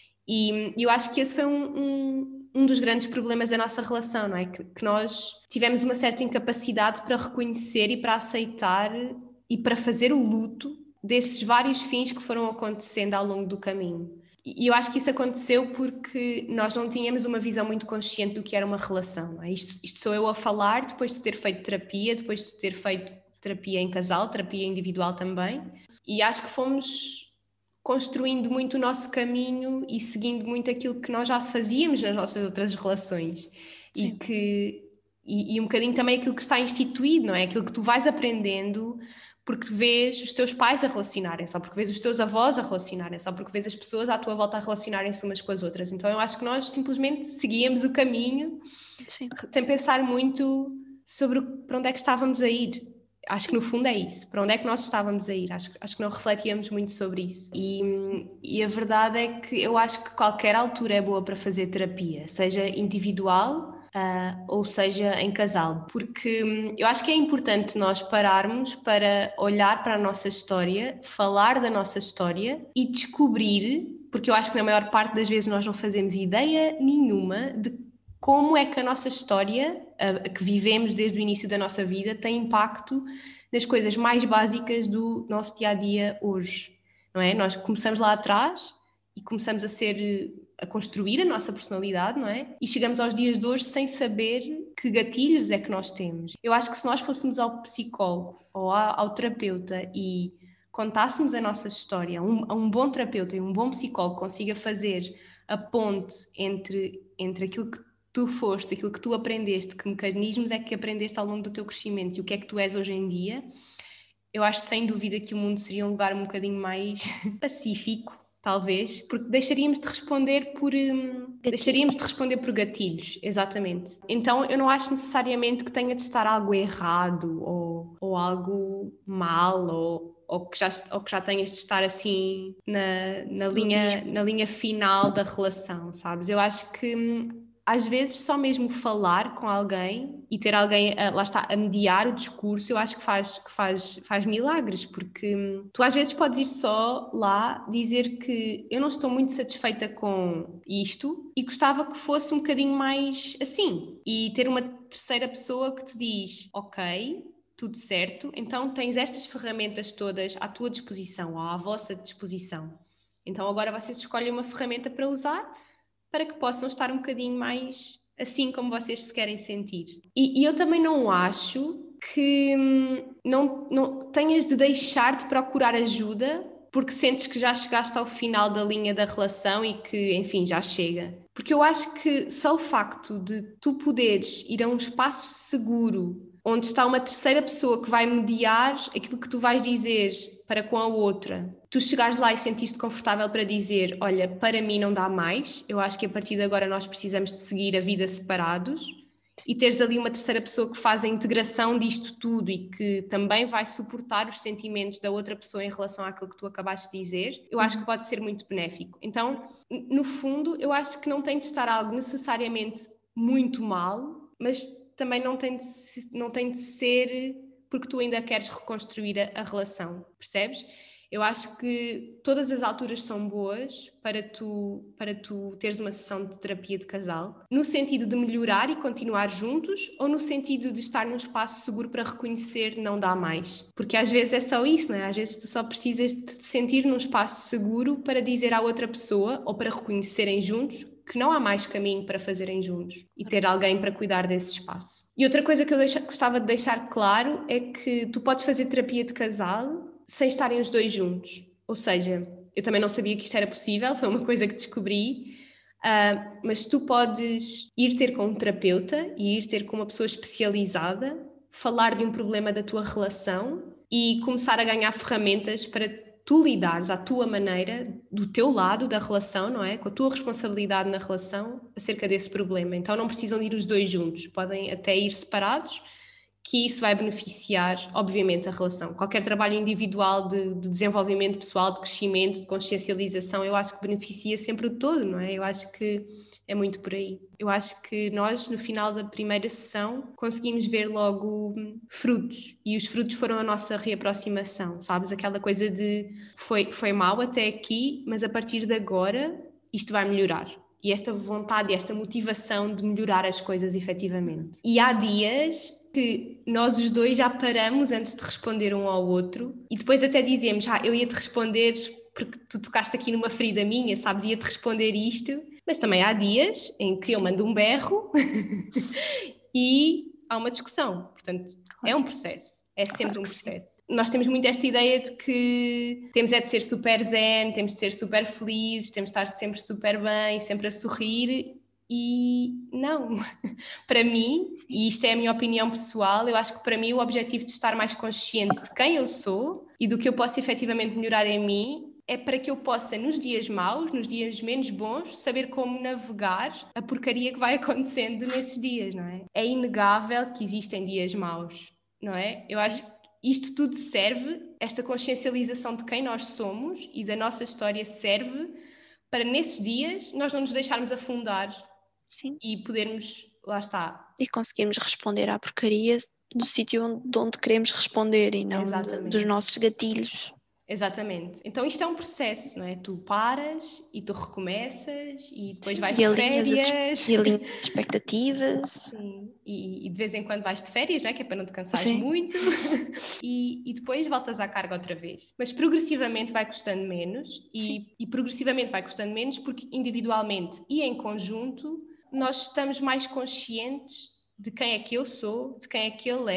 E eu acho que esse foi um, um, um dos grandes problemas da nossa relação, não é? Que, que nós tivemos uma certa incapacidade para reconhecer e para aceitar e para fazer o luto desses vários fins que foram acontecendo ao longo do caminho. E eu acho que isso aconteceu porque nós não tínhamos uma visão muito consciente do que era uma relação, não é? Isto, isto sou eu a falar depois de ter feito terapia, depois de ter feito terapia em casal, terapia individual também. E acho que fomos construindo muito o nosso caminho e seguindo muito aquilo que nós já fazíamos nas nossas outras relações. Sim. E que e, e um bocadinho também aquilo que está instituído, não é? Aquilo que tu vais aprendendo porque vês os teus pais a relacionarem, só porque vês os teus avós a relacionarem, só porque vês as pessoas à tua volta a relacionarem-se umas com as outras. Então eu acho que nós simplesmente seguíamos o caminho Sim. sem pensar muito sobre para onde é que estávamos a ir. Acho Sim. que no fundo é isso, para onde é que nós estávamos a ir, acho, acho que não refletíamos muito sobre isso e, e a verdade é que eu acho que qualquer altura é boa para fazer terapia, seja individual uh, ou seja em casal, porque eu acho que é importante nós pararmos para olhar para a nossa história, falar da nossa história e descobrir, porque eu acho que na maior parte das vezes nós não fazemos ideia nenhuma de como é que a nossa história, a que vivemos desde o início da nossa vida, tem impacto nas coisas mais básicas do nosso dia-a-dia hoje, não é? Nós começamos lá atrás e começamos a ser, a construir a nossa personalidade, não é? E chegamos aos dias de hoje sem saber que gatilhos é que nós temos. Eu acho que se nós fôssemos ao psicólogo ou ao terapeuta e contássemos a nossa história a um, a um bom terapeuta e um bom psicólogo consiga fazer a ponte entre, entre aquilo que tu foste, aquilo que tu aprendeste, que mecanismos é que aprendeste ao longo do teu crescimento e o que é que tu és hoje em dia, eu acho sem dúvida que o mundo seria um lugar um bocadinho mais pacífico, talvez, porque deixaríamos de responder por hum, deixaríamos de responder por gatilhos, exatamente. Então eu não acho necessariamente que tenha de estar algo errado ou, ou algo mal ou ou que já, ou que já tenhas de estar assim na, na, linha, na linha final da relação, sabes? Eu acho que hum, às vezes só mesmo falar com alguém e ter alguém, a, lá está, a mediar o discurso, eu acho que faz, que faz, faz milagres, porque hum, tu às vezes podes ir só lá dizer que eu não estou muito satisfeita com isto e gostava que fosse um bocadinho mais assim, e ter uma terceira pessoa que te diz, ok, tudo certo, então tens estas ferramentas todas à tua disposição, ou à vossa disposição. Então agora vocês escolhem uma ferramenta para usar para que possam estar um bocadinho mais assim como vocês se querem sentir. E, e eu também não acho que hum, não, não tenhas de deixar de procurar ajuda porque sentes que já chegaste ao final da linha da relação e que, enfim, já chega. Porque eu acho que só o facto de tu poderes ir a um espaço seguro onde está uma terceira pessoa que vai mediar aquilo que tu vais dizer para com a outra, tu chegares lá e sentiste confortável para dizer, olha, para mim não dá mais, eu acho que a partir de agora nós precisamos de seguir a vida separados, e teres ali uma terceira pessoa que faz a integração disto tudo e que também vai suportar os sentimentos da outra pessoa em relação àquilo que tu acabaste de dizer, eu acho que pode ser muito benéfico. Então, no fundo, eu acho que não tem de estar algo necessariamente muito mal, mas também não tem de, não tem de ser porque tu ainda queres reconstruir a, a relação, percebes? Eu acho que todas as alturas são boas para tu, para tu teres uma sessão de terapia de casal, no sentido de melhorar e continuar juntos, ou no sentido de estar num espaço seguro para reconhecer não dá mais. Porque às vezes é só isso, não é? Às vezes tu só precisas de te sentir num espaço seguro para dizer à outra pessoa, ou para reconhecerem juntos, que não há mais caminho para fazerem juntos e ter alguém para cuidar desse espaço. E outra coisa que eu deixa, gostava de deixar claro é que tu podes fazer terapia de casal sem estarem os dois juntos. Ou seja, eu também não sabia que isto era possível, foi uma coisa que descobri, uh, mas tu podes ir ter com um terapeuta e ir ter com uma pessoa especializada, falar de um problema da tua relação e começar a ganhar ferramentas para tu lidares à tua maneira, do teu lado da relação, não é? Com a tua responsabilidade na relação acerca desse problema. Então não precisam de ir os dois juntos, podem até ir separados, que isso vai beneficiar, obviamente, a relação. Qualquer trabalho individual de, de desenvolvimento pessoal, de crescimento, de consciencialização, eu acho que beneficia sempre o todo, não é? Eu acho que é muito por aí. Eu acho que nós, no final da primeira sessão, conseguimos ver logo frutos, e os frutos foram a nossa reaproximação, sabes? Aquela coisa de foi, foi mal até aqui, mas a partir de agora isto vai melhorar. E esta vontade, esta motivação de melhorar as coisas efetivamente. E há dias que nós os dois já paramos antes de responder um ao outro e depois até dizemos, ah, eu ia-te responder porque tu tocaste aqui numa ferida minha, sabes, ia-te responder isto, mas também há dias em que eu mando um berro e há uma discussão, portanto é um processo, é sempre um processo. Nós temos muito esta ideia de que temos é de ser super zen, temos de ser super felizes, temos de estar sempre super bem, sempre a sorrir. E não, para mim, e isto é a minha opinião pessoal, eu acho que para mim o objetivo de estar mais consciente de quem eu sou e do que eu posso efetivamente melhorar em mim é para que eu possa, nos dias maus, nos dias menos bons, saber como navegar a porcaria que vai acontecendo nesses dias, não é? É inegável que existem dias maus, não é? Eu acho que isto tudo serve, esta consciencialização de quem nós somos e da nossa história serve para nesses dias nós não nos deixarmos afundar. Sim. E podermos, lá está. E conseguirmos responder à porcaria do sítio onde, de onde queremos responder e não de, dos nossos gatilhos. Exatamente. Então isto é um processo, não é? Tu paras e tu recomeças e depois vais e de férias. As, e alinhas expectativas. Sim. E, e de vez em quando vais de férias, não é? Que é para não te cansares Sim. muito. e, e depois voltas à carga outra vez. Mas progressivamente vai custando menos e, e progressivamente vai custando menos porque individualmente e em conjunto nós estamos mais conscientes de quem é que eu sou, de quem é que ele é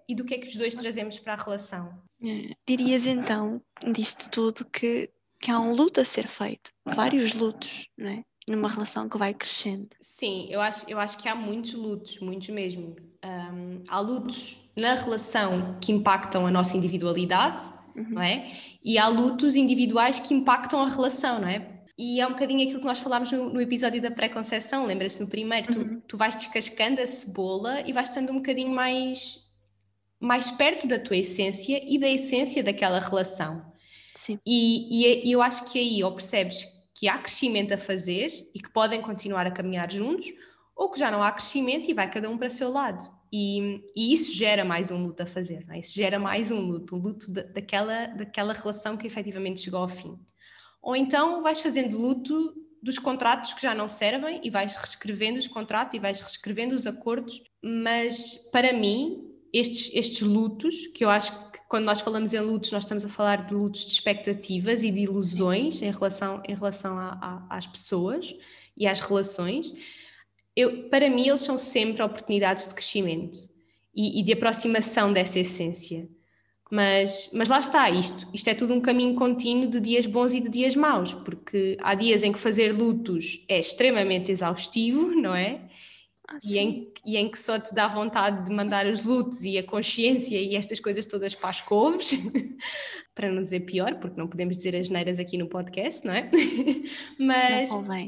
e do que é que os dois trazemos para a relação. É, dirias então, disto tudo, que, que há um luto a ser feito, vários lutos, não é? Numa relação que vai crescendo. Sim, eu acho, eu acho que há muitos lutos, muitos mesmo. Um, há lutos na relação que impactam a nossa individualidade, uhum. não é? E há lutos individuais que impactam a relação, não é? E é um bocadinho aquilo que nós falámos no, no episódio da pré-conceição, lembras-te no primeiro? Uhum. Tu, tu vais descascando a cebola e vais estando um bocadinho mais, mais perto da tua essência e da essência daquela relação. Sim. E, e, e eu acho que aí ou percebes que há crescimento a fazer e que podem continuar a caminhar juntos, ou que já não há crescimento e vai cada um para o seu lado. E, e isso gera mais um luto a fazer, não é? Isso gera mais um luto, o luto de, daquela, daquela relação que efetivamente chegou ao fim. Ou então vais fazendo luto dos contratos que já não servem e vais reescrevendo os contratos e vais reescrevendo os acordos, mas para mim estes, estes lutos, que eu acho que quando nós falamos em lutos nós estamos a falar de lutos de expectativas e de ilusões em relação, em relação a, a, às pessoas e às relações, eu, para mim eles são sempre oportunidades de crescimento e, e de aproximação dessa essência. Mas, mas lá está, isto, isto é tudo um caminho contínuo de dias bons e de dias maus, porque há dias em que fazer lutos é extremamente exaustivo, não é? Ah, e, em, e em que só te dá vontade de mandar os lutos e a consciência e estas coisas todas para as couves, para não dizer pior, porque não podemos dizer as neiras aqui no podcast, não é? Mas, não convém.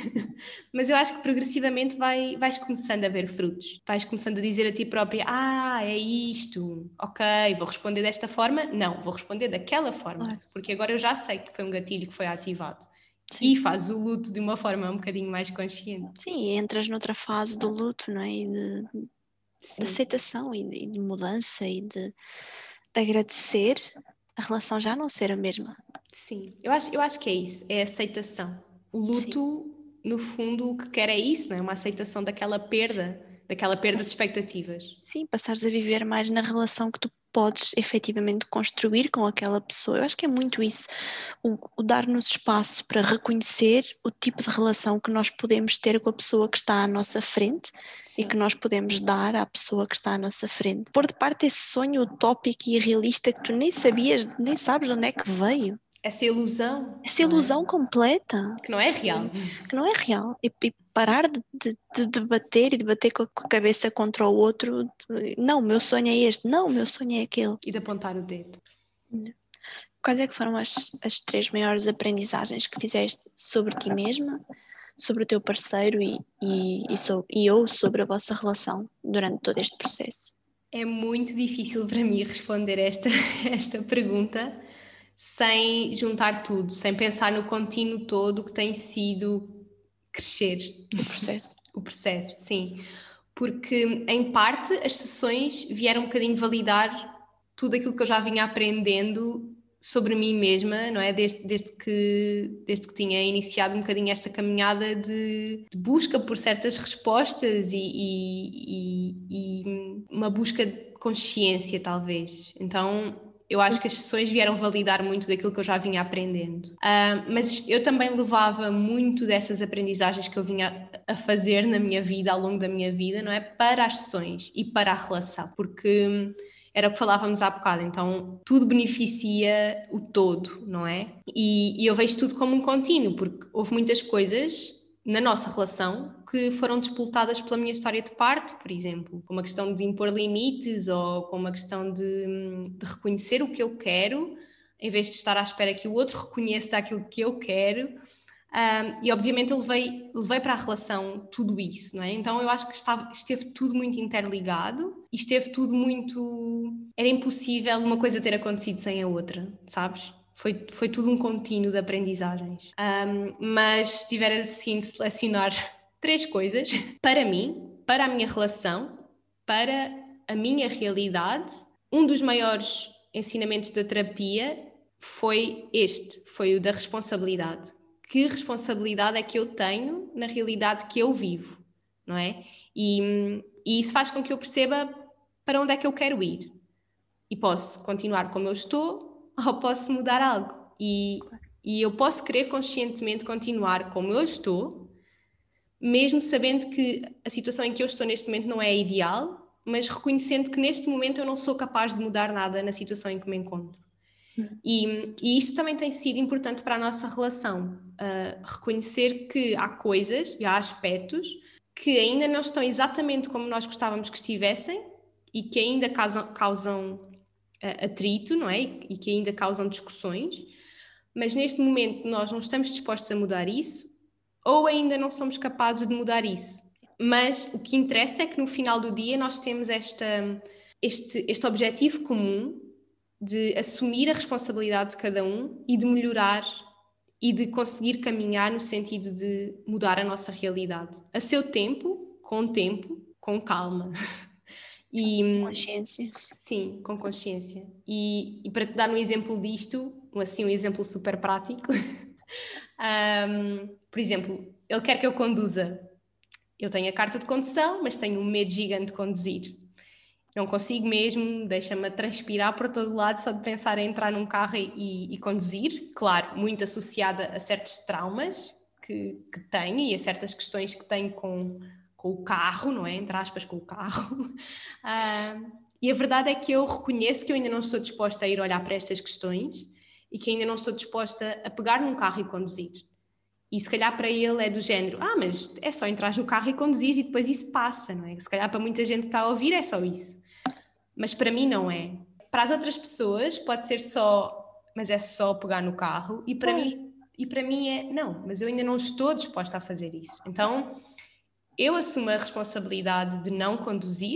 Mas eu acho que progressivamente vai, vais começando a ver frutos, vais começando a dizer a ti própria, ah, é isto, ok, vou responder desta forma, não, vou responder daquela forma, claro. Porque agora eu já sei que foi um gatilho que foi ativado. Sim. E fazes o luto de uma forma um bocadinho mais consciente. Sim, e entras noutra fase do luto, não é? E de, de aceitação e de, de mudança e de, de agradecer a relação já não ser a mesma. Sim, eu acho, eu acho que é isso, é aceitação. O luto, sim. No fundo, o que quer é isso, não é? Uma aceitação daquela perda, sim. daquela perda de expectativas. Sim, passares a viver mais na relação que tu podes efetivamente construir com aquela pessoa. Eu acho que é muito isso, o, o dar-nos espaço para reconhecer o tipo de relação que nós podemos ter com a pessoa que está à nossa frente. Sim. E que nós podemos dar à pessoa que está à nossa frente. Pôr de parte esse sonho utópico e irrealista que tu nem sabias, nem sabes de onde é que veio. Essa ilusão. Essa ilusão é? completa. Que não é real. Que não é real. E, e parar de, de, de debater e de bater com a cabeça contra o outro. De, não, o meu sonho é este. Não, o meu sonho é aquele. E de apontar o dedo. Quais é que foram as, as três maiores aprendizagens que fizeste sobre ti mesma, sobre o teu parceiro e, e, e, so, e ou sobre a vossa relação durante todo este processo? É muito difícil para mim responder esta, esta pergunta sem juntar tudo, sem pensar no contínuo todo que tem sido crescer. O processo. O processo, sim. Porque, em parte, as sessões vieram um bocadinho validar tudo aquilo que eu já vinha aprendendo sobre mim mesma, não é? Desde, desde, que, desde que tinha iniciado um bocadinho esta caminhada de, de busca por certas respostas e, e, e, e uma busca de consciência, talvez. Então, eu acho que as sessões vieram validar muito daquilo que eu já vinha aprendendo. Uh, mas eu também levava muito dessas aprendizagens que eu vinha a fazer na minha vida, ao longo da minha vida, não é? Para as sessões e para a relação, porque era o que falávamos há bocado, então tudo beneficia o todo, não é? E, e eu vejo tudo como um contínuo, porque houve muitas coisas na nossa relação que foram despoltadas pela minha história de parto, por exemplo, com uma questão de impor limites ou com uma questão de, de reconhecer o que eu quero, em vez de estar à espera que o outro reconheça aquilo que eu quero. Um, e obviamente eu levei, levei para a relação tudo isso, não é? Então eu acho que estava, esteve tudo muito interligado e esteve tudo muito... Era impossível uma coisa ter acontecido sem a outra, sabes? Foi, foi tudo um contínuo de aprendizagens. Um, mas se tiver assim de selecionar três coisas, para mim, para a minha relação, para a minha realidade, um dos maiores ensinamentos da terapia foi este, foi o da responsabilidade. Que responsabilidade é que eu tenho na realidade que eu vivo, não é? E, e isso faz com que eu perceba para onde é que eu quero ir. E posso continuar como eu estou ou posso mudar algo. E, e eu posso querer conscientemente continuar como eu estou, mesmo sabendo que a situação em que eu estou neste momento não é ideal mas reconhecendo que neste momento eu não sou capaz de mudar nada na situação em que me encontro. Uhum. E, e isto também tem sido importante para a nossa relação, uh, reconhecer que há coisas e há aspectos que ainda não estão exatamente como nós gostávamos que estivessem e que ainda causam, causam uh, atrito, não é? E, e que ainda causam discussões, mas neste momento nós não estamos dispostos a mudar isso ou ainda não somos capazes de mudar isso. Mas o que interessa é que no final do dia nós temos esta, este, este objetivo comum de assumir a responsabilidade de cada um e de melhorar e de conseguir caminhar no sentido de mudar a nossa realidade. A seu tempo, com tempo, com calma. E, com consciência. Sim, com consciência. E, e para te dar um exemplo disto, assim, um exemplo super prático, um, por exemplo, ele quer que eu conduza. Eu tenho a carta de condução, mas tenho um medo gigante de conduzir. Não consigo mesmo, deixa-me a transpirar para todo lado só de pensar em entrar num carro e, e, e conduzir. Claro, muito associada a certos traumas que, que tenho e a certas questões que tenho com, com o carro, não é? Entre aspas, com o carro. Uh, e a verdade é que eu reconheço que eu ainda não estou disposta a ir olhar para estas questões e que ainda não estou disposta a pegar num carro e conduzir. E se calhar para ele é do género, ah, mas é só entrar no carro e conduzir e depois isso passa, não é? Se calhar para muita gente que está a ouvir é só isso. Mas para mim não é. Para as outras pessoas pode ser só, mas é só pegar no carro. E para, é. mim, e para mim é, não, mas eu ainda não estou disposta a fazer isso. Então, eu assumo a responsabilidade de não conduzir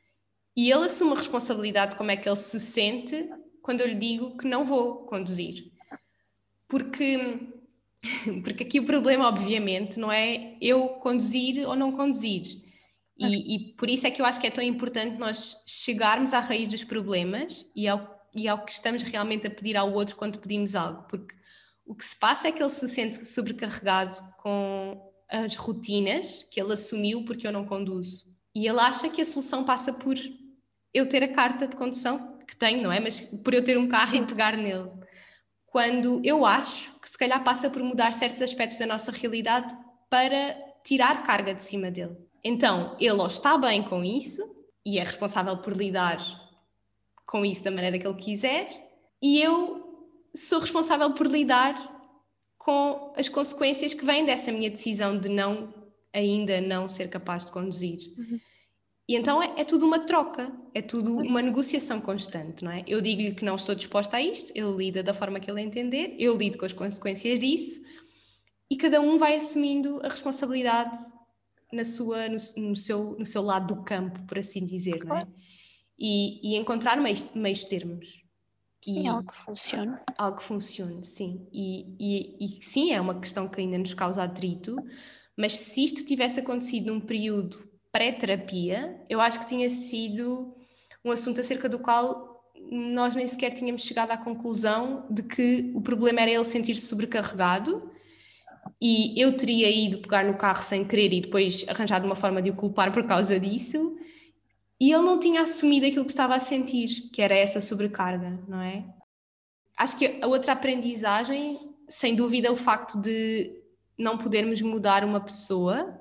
e ele assume a responsabilidade de como é que ele se sente quando eu lhe digo que não vou conduzir. Porque... Porque aqui o problema, obviamente, não é eu conduzir ou não conduzir. E, e por isso é que eu acho que é tão importante nós chegarmos à raiz dos problemas e ao, e ao que estamos realmente a pedir ao outro quando pedimos algo. Porque o que se passa é que ele se sente sobrecarregado com as rotinas que ele assumiu porque eu não conduzo. E ele acha que a solução passa por eu ter a carta de condução que tenho, não é? Mas por eu ter um carro Sim. e pegar nele. Quando eu acho que se calhar passa por mudar certos aspectos da nossa realidade para tirar carga de cima dele. Então, ele ou está bem com isso e é responsável por lidar com isso da maneira que ele quiser, e eu sou responsável por lidar com as consequências que vêm dessa minha decisão de não, ainda não ser capaz de conduzir. Uhum. E então é, é tudo uma troca, é tudo uma negociação constante, não é? Eu digo-lhe que não estou disposta a isto, ele lida da forma que ele entender, eu lido com as consequências disso e cada um vai assumindo a responsabilidade na sua, no, no, seu, no seu lado do campo, por assim dizer, não é? E, e encontrar meios, meios termos. Sim, e, algo que funcione. Algo que funcione, sim. E, e, e sim, é uma questão que ainda nos causa atrito, mas se isto tivesse acontecido num período pré-terapia, eu acho que tinha sido um assunto acerca do qual nós nem sequer tínhamos chegado à conclusão de que o problema era ele sentir-se sobrecarregado e eu teria ido pegar no carro sem querer e depois arranjado uma forma de o culpar por causa disso e ele não tinha assumido aquilo que estava a sentir, que era essa sobrecarga, não é? Acho que a outra aprendizagem, sem dúvida, é o facto de não podermos mudar uma pessoa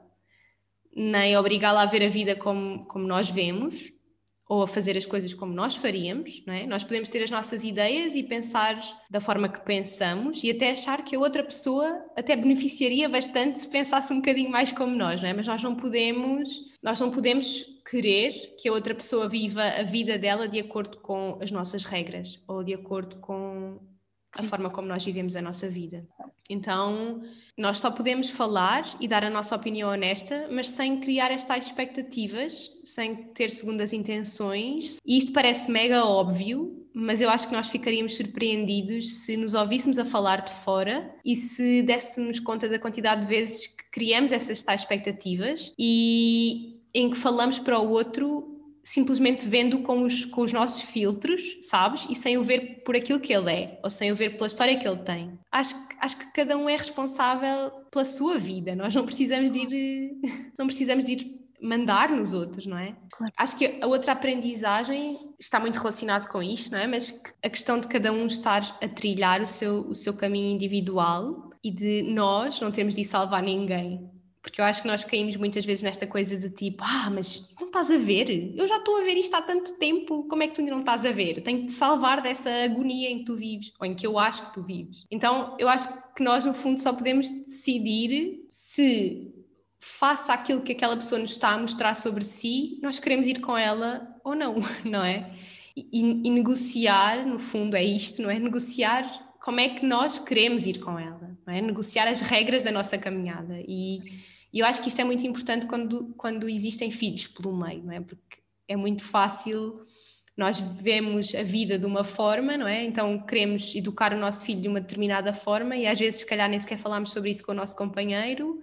nem obrigá-la a ver a vida como, como nós vemos, ou a fazer as coisas como nós faríamos, não é? Nós podemos ter as nossas ideias e pensar da forma que pensamos e até achar que a outra pessoa até beneficiaria bastante se pensasse um bocadinho mais como nós, não é? Mas nós não podemos, nós não podemos querer que a outra pessoa viva a vida dela de acordo com as nossas regras ou de acordo com a Sim. forma como nós vivemos a nossa vida. Então, nós só podemos falar e dar a nossa opinião honesta, mas sem criar estas expectativas, sem ter segundas intenções. E isto parece mega óbvio, mas eu acho que nós ficaríamos surpreendidos se nos ouvíssemos a falar de fora e se dessemos conta da quantidade de vezes que criamos essas tais expectativas e em que falamos para o outro simplesmente vendo com os, com os nossos filtros, sabes? E sem o ver por aquilo que ele é, ou sem o ver pela história que ele tem. Acho, acho que cada um é responsável pela sua vida. Nós não precisamos de ir, não precisamos de ir mandar nos outros, não é? Claro. Acho que a outra aprendizagem está muito relacionada com isto, não é? Mas a questão de cada um estar a trilhar o seu, o seu caminho individual e de nós não termos de salvar ninguém. Porque eu acho que nós caímos muitas vezes nesta coisa de tipo, ah, mas não estás a ver? Eu já estou a ver isto há tanto tempo, como é que tu ainda não estás a ver? Eu tenho que te salvar dessa agonia em que tu vives, ou em que eu acho que tu vives. Então, eu acho que nós, no fundo, só podemos decidir se, face àquilo que aquela pessoa nos está a mostrar sobre si, nós queremos ir com ela ou não, não é? E, e negociar, no fundo, é isto, não é? Negociar como é que nós queremos ir com ela, não é? Negociar as regras da nossa caminhada. E, e eu acho que isto é muito importante quando, quando existem filhos pelo meio, não é? Porque é muito fácil, nós vemos a vida de uma forma, não é? Então queremos educar o nosso filho de uma determinada forma e às vezes, se calhar, nem sequer falamos sobre isso com o nosso companheiro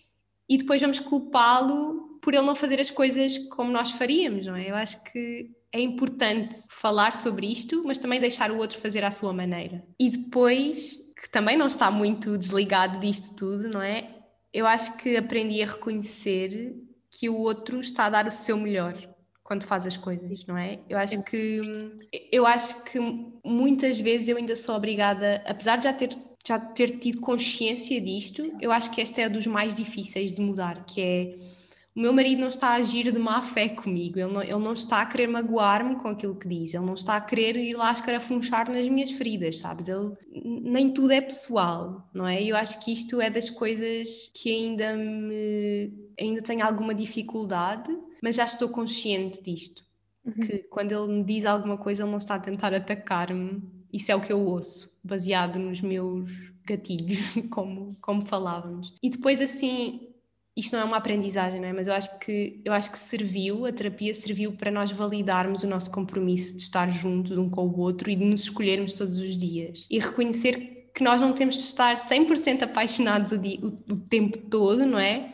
e depois vamos culpá-lo por ele não fazer as coisas como nós faríamos, não é? Eu acho que é importante falar sobre isto, mas também deixar o outro fazer à sua maneira. E depois, que também não está muito desligado disto tudo, não é? Eu acho que aprendi a reconhecer que o outro está a dar o seu melhor quando faz as coisas, não é? Eu acho que, eu acho que muitas vezes eu ainda sou obrigada, apesar de já ter, já ter tido consciência disto, eu acho que este é um dos mais difíceis de mudar, que é... O meu marido não está a agir de má fé comigo, ele não, ele não está a querer magoar-me com aquilo que diz, ele não está a querer ir lá escarafunchar nas minhas feridas, sabes? Ele, nem tudo é pessoal, não é? Eu acho que isto é das coisas que ainda me, ainda tenho alguma dificuldade, mas já estou consciente disto, uhum. Que quando ele me diz alguma coisa ele não está a tentar atacar-me, isso é o que eu ouço, baseado nos meus gatilhos, como, como falávamos. E depois assim... Isto não é uma aprendizagem, não é? Mas eu acho que, eu acho que serviu, a terapia serviu para nós validarmos o nosso compromisso de estar juntos um com o outro e de nos escolhermos todos os dias. E reconhecer que nós não temos de estar cem por cento apaixonados o, dia, o, o tempo todo, não é?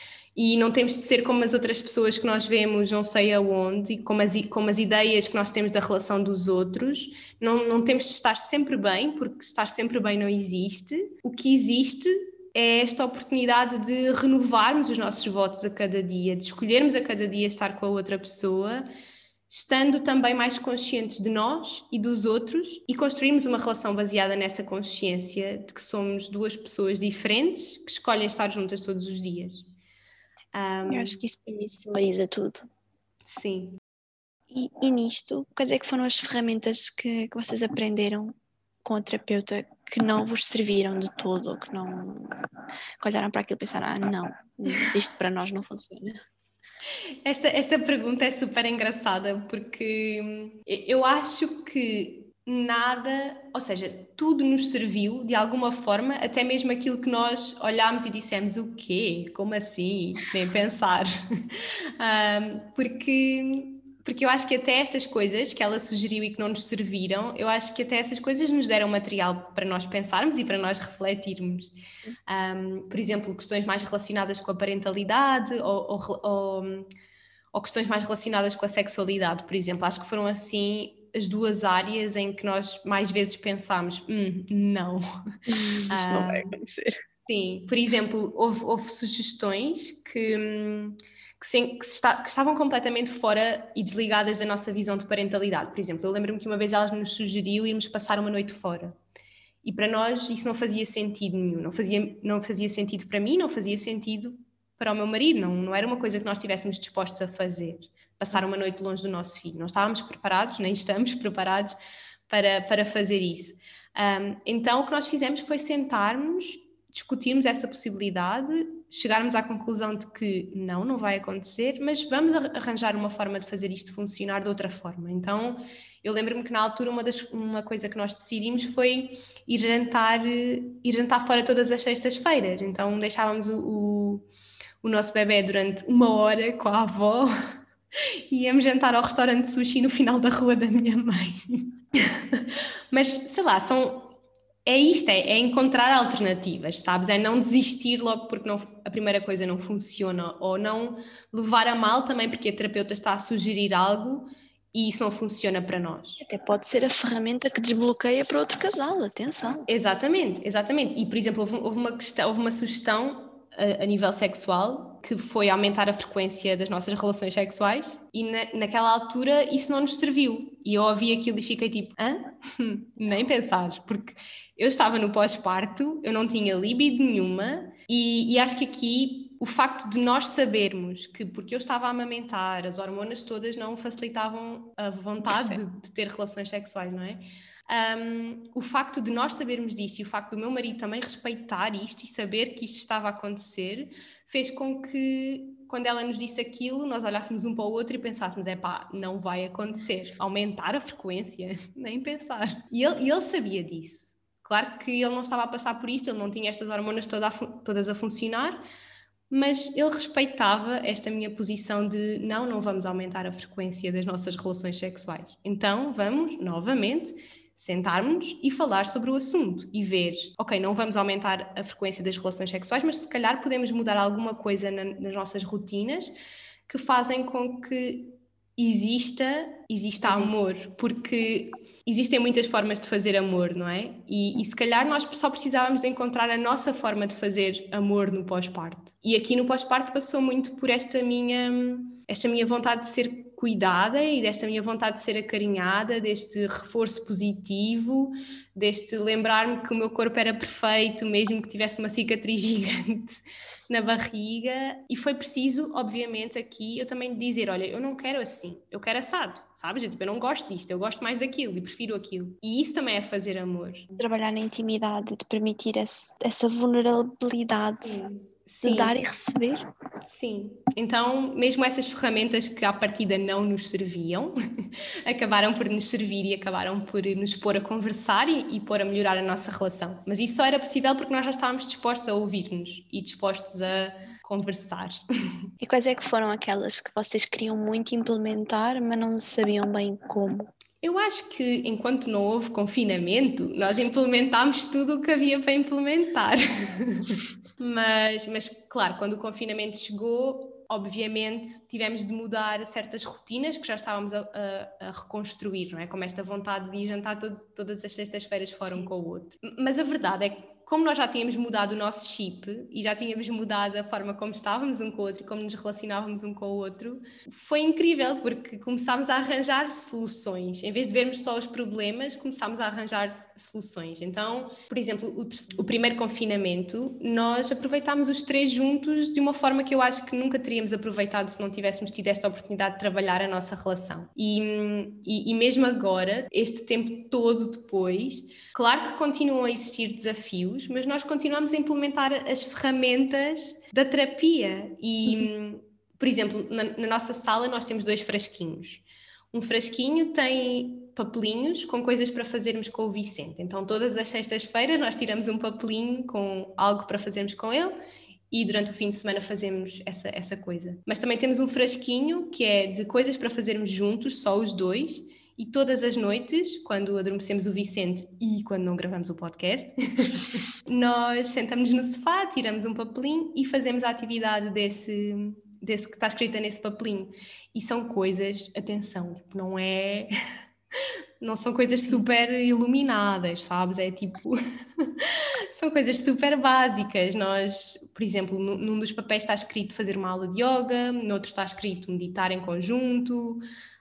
E não temos de ser como as outras pessoas que nós vemos não sei aonde, e como as, como as ideias que nós temos da relação dos outros. Não, não temos de estar sempre bem, porque estar sempre bem não existe. O que existe... é esta oportunidade de renovarmos os nossos votos a cada dia, de escolhermos a cada dia estar com a outra pessoa, estando também mais conscientes de nós e dos outros e construirmos uma relação baseada nessa consciência de que somos duas pessoas diferentes que escolhem estar juntas todos os dias. Um... Eu acho que isso para mim simboliza tudo. Sim. E, e nisto, quais é que foram as ferramentas que, que vocês aprenderam com a terapeuta que não vos serviram de todo, ou que não que olharam para aquilo e pensaram, ah, não, isto para nós não funciona? Esta, esta pergunta é super engraçada porque eu acho que nada, ou seja, tudo nos serviu de alguma forma, até mesmo aquilo que nós olhámos e dissemos, o quê? Como assim? Nem pensar. um, porque... Porque eu acho que até essas coisas que ela sugeriu e que não nos serviram, eu acho que até essas coisas nos deram material para nós pensarmos e para nós refletirmos. Um, por exemplo, questões mais relacionadas com a parentalidade ou, ou, ou, ou questões mais relacionadas com a sexualidade, por exemplo. Acho que foram assim as duas áreas em que nós mais vezes pensámos, hum, não. Isso não vai acontecer. Sim, por exemplo, houve, houve sugestões que... Hum, Que, sim, que, está, que estavam completamente fora e desligadas da nossa visão de parentalidade. Por exemplo, eu lembro-me que uma vez ela nos sugeriu irmos passar uma noite fora. E para nós isso não fazia sentido nenhum. Não fazia, não fazia sentido para mim, não fazia sentido para o meu marido. Não, não era uma coisa que nós estivéssemos dispostos a fazer. Passar uma noite longe do nosso filho. Não estávamos preparados, nem estamos preparados para, para fazer isso. Um, então o que nós fizemos foi sentarmos, discutirmos essa possibilidade, chegarmos à conclusão de que não, não vai acontecer, mas vamos arranjar uma forma de fazer isto funcionar de outra forma. Então, eu lembro-me que na altura uma, das, uma coisa que nós decidimos foi ir jantar, ir jantar fora todas as sextas-feiras. Então, deixávamos o, o, o nosso bebê durante uma hora com a avó e íamos jantar ao restaurante sushi no final da rua da minha mãe. Mas, sei lá, são... É isto, é, é encontrar alternativas, sabes? É não desistir logo porque não, a primeira coisa não funciona, ou não levar a mal também porque a terapeuta está a sugerir algo e isso não funciona para nós. Até pode ser a ferramenta que desbloqueia para outro casal, atenção. Exatamente, exatamente. E, por exemplo, houve, houve, uma, questão, houve uma sugestão a, a nível sexual que foi aumentar a frequência das nossas relações sexuais e na, naquela altura isso não nos serviu. E eu ouvi aquilo e fiquei tipo, hã? Nem pensar, porque... Eu estava no pós-parto, eu não tinha libido nenhuma e, e acho que aqui o facto de nós sabermos que, porque eu estava a amamentar, as hormonas todas não facilitavam a vontade de, de ter relações sexuais, não é? Um, o facto de nós sabermos disto e o facto do meu marido também respeitar isto e saber que isto estava a acontecer fez com que, quando ela nos disse aquilo, nós olhássemos um para o outro e pensássemos, é pá, não vai acontecer, aumentar a frequência, nem pensar. E ele, e ele sabia disso. Claro que ele não estava a passar por isto, ele não tinha estas hormonas toda a, todas a funcionar, mas ele respeitava esta minha posição de não, não vamos aumentar a frequência das nossas relações sexuais. Então vamos, novamente, sentarmos e falar sobre o assunto e ver, ok, não vamos aumentar a frequência das relações sexuais, mas se calhar podemos mudar alguma coisa na, nas nossas rotinas que fazem com que exista, exista Sim. amor, porque existem muitas formas de fazer amor, não é? E, e se calhar nós só precisávamos de encontrar a nossa forma de fazer amor no pós-parto. E aqui no pós-parto passou muito por esta minha, esta minha vontade de ser cuidada e desta minha vontade de ser acarinhada, deste reforço positivo, deste lembrar-me que o meu corpo era perfeito, mesmo que tivesse uma cicatriz gigante na barriga. E foi preciso, obviamente, aqui eu também dizer, olha, eu não quero assim, eu quero assado, sabes? Eu, tipo, eu não gosto disto, eu gosto mais daquilo e prefiro aquilo. E isso também é fazer amor. Trabalhar na intimidade, de permitir esse, essa vulnerabilidade. Sim. De Sim. dar e receber. Sim, então mesmo essas ferramentas que à partida não nos serviam, acabaram por nos servir e acabaram por nos pôr a conversar e, e pôr a melhorar a nossa relação. Mas isso só era possível porque nós já estávamos dispostos a ouvir-nos e dispostos a conversar. E quais é que foram aquelas que vocês queriam muito implementar, mas não sabiam bem como? Eu acho que enquanto não houve confinamento, nós implementámos tudo o que havia para implementar. mas, mas, claro, quando o confinamento chegou, obviamente tivemos de mudar certas rotinas que já estávamos a, a, a reconstruir, não é? Como esta vontade de ir jantar todo, todas as sextas-feiras fora um com o outro. Mas a verdade é que, como nós já tínhamos mudado o nosso chip e já tínhamos mudado a forma como estávamos um com o outro e como nos relacionávamos um com o outro, foi incrível porque começámos a arranjar soluções. Em vez de vermos só os problemas, começámos a arranjar soluções. Então, por exemplo, o, o primeiro confinamento, nós aproveitámos os três juntos de uma forma que eu acho que nunca teríamos aproveitado se não tivéssemos tido esta oportunidade de trabalhar a nossa relação. E, e, e mesmo agora, este tempo todo depois, claro que continuam a existir desafios, mas nós continuamos a implementar as ferramentas da terapia e, uhum. por exemplo, na, na nossa sala nós temos dois frasquinhos. Um frasquinho tem papelinhos com coisas para fazermos com o Vicente. Então, todas as sextas-feiras nós tiramos um papelinho com algo para fazermos com ele e durante o fim de semana fazemos essa, essa coisa. Mas também temos um frasquinho que é de coisas para fazermos juntos, só os dois. E todas as noites, quando adormecemos o Vicente e quando não gravamos o podcast, nós sentamos no sofá, tiramos um papelinho e fazemos a atividade desse, desse que está escrita nesse papelinho. E são coisas, atenção, não é... Não são coisas super iluminadas, sabes? É tipo... São coisas super básicas. Nós, por exemplo, num dos papéis está escrito fazer uma aula de yoga, no outro está escrito meditar em conjunto...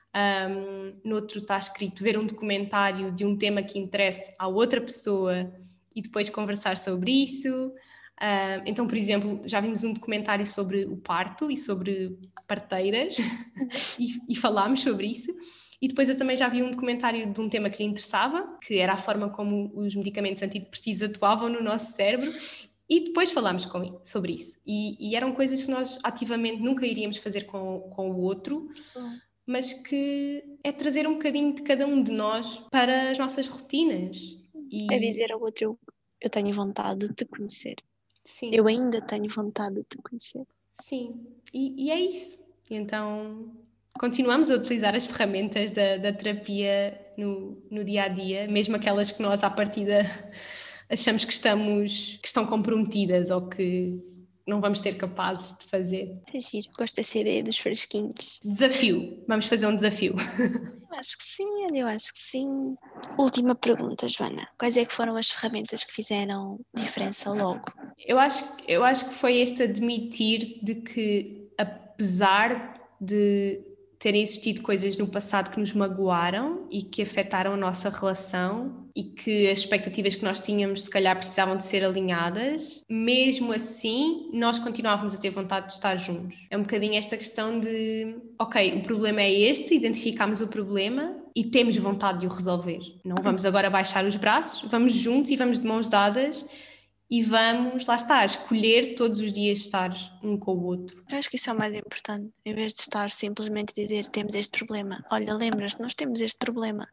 Um, no outro está escrito ver um documentário de um tema que interesse à outra pessoa e depois conversar sobre isso. Um, então, por exemplo, já vimos um documentário sobre o parto e sobre parteiras e, e falámos sobre isso. E depois eu também já vi um documentário de um tema que lhe interessava, que era a forma como os medicamentos antidepressivos atuavam no nosso cérebro. E depois falámos com, sobre isso. E, e eram coisas que nós ativamente nunca iríamos fazer com, com o outro, Sim. mas que é trazer um bocadinho de cada um de nós para as nossas rotinas. E... É dizer ao outro, eu, eu tenho vontade de te conhecer. Sim. Eu ainda tenho vontade de te conhecer. Sim, e, e é isso. Então, continuamos a utilizar as ferramentas da, da terapia no, no dia-a-dia, mesmo aquelas que nós, à partida, achamos que, estamos, que estão comprometidas ou que não vamos ser capazes de fazer. É giro, gosto dessa ideia dos fresquinhos. Desafio, vamos fazer um desafio. Eu acho que sim, eu acho que sim. Última pergunta, Joana. Quais é que foram as ferramentas que fizeram diferença logo? Eu acho, eu acho que foi este admitir de que, apesar de terem existido coisas no passado que nos magoaram e que afetaram a nossa relação e que as expectativas que nós tínhamos se calhar precisavam de ser alinhadas, mesmo assim nós continuávamos a ter vontade de estar juntos. É um bocadinho esta questão de, ok, o problema é este, identificamos o problema e temos vontade de o resolver. Não vamos agora baixar os braços, vamos juntos e vamos de mãos dadas e vamos, lá está, escolher todos os dias estar um com o outro. Eu acho que isso é o mais importante, em vez de estar simplesmente a dizer temos este problema. Olha, lembras-te, nós temos este problema.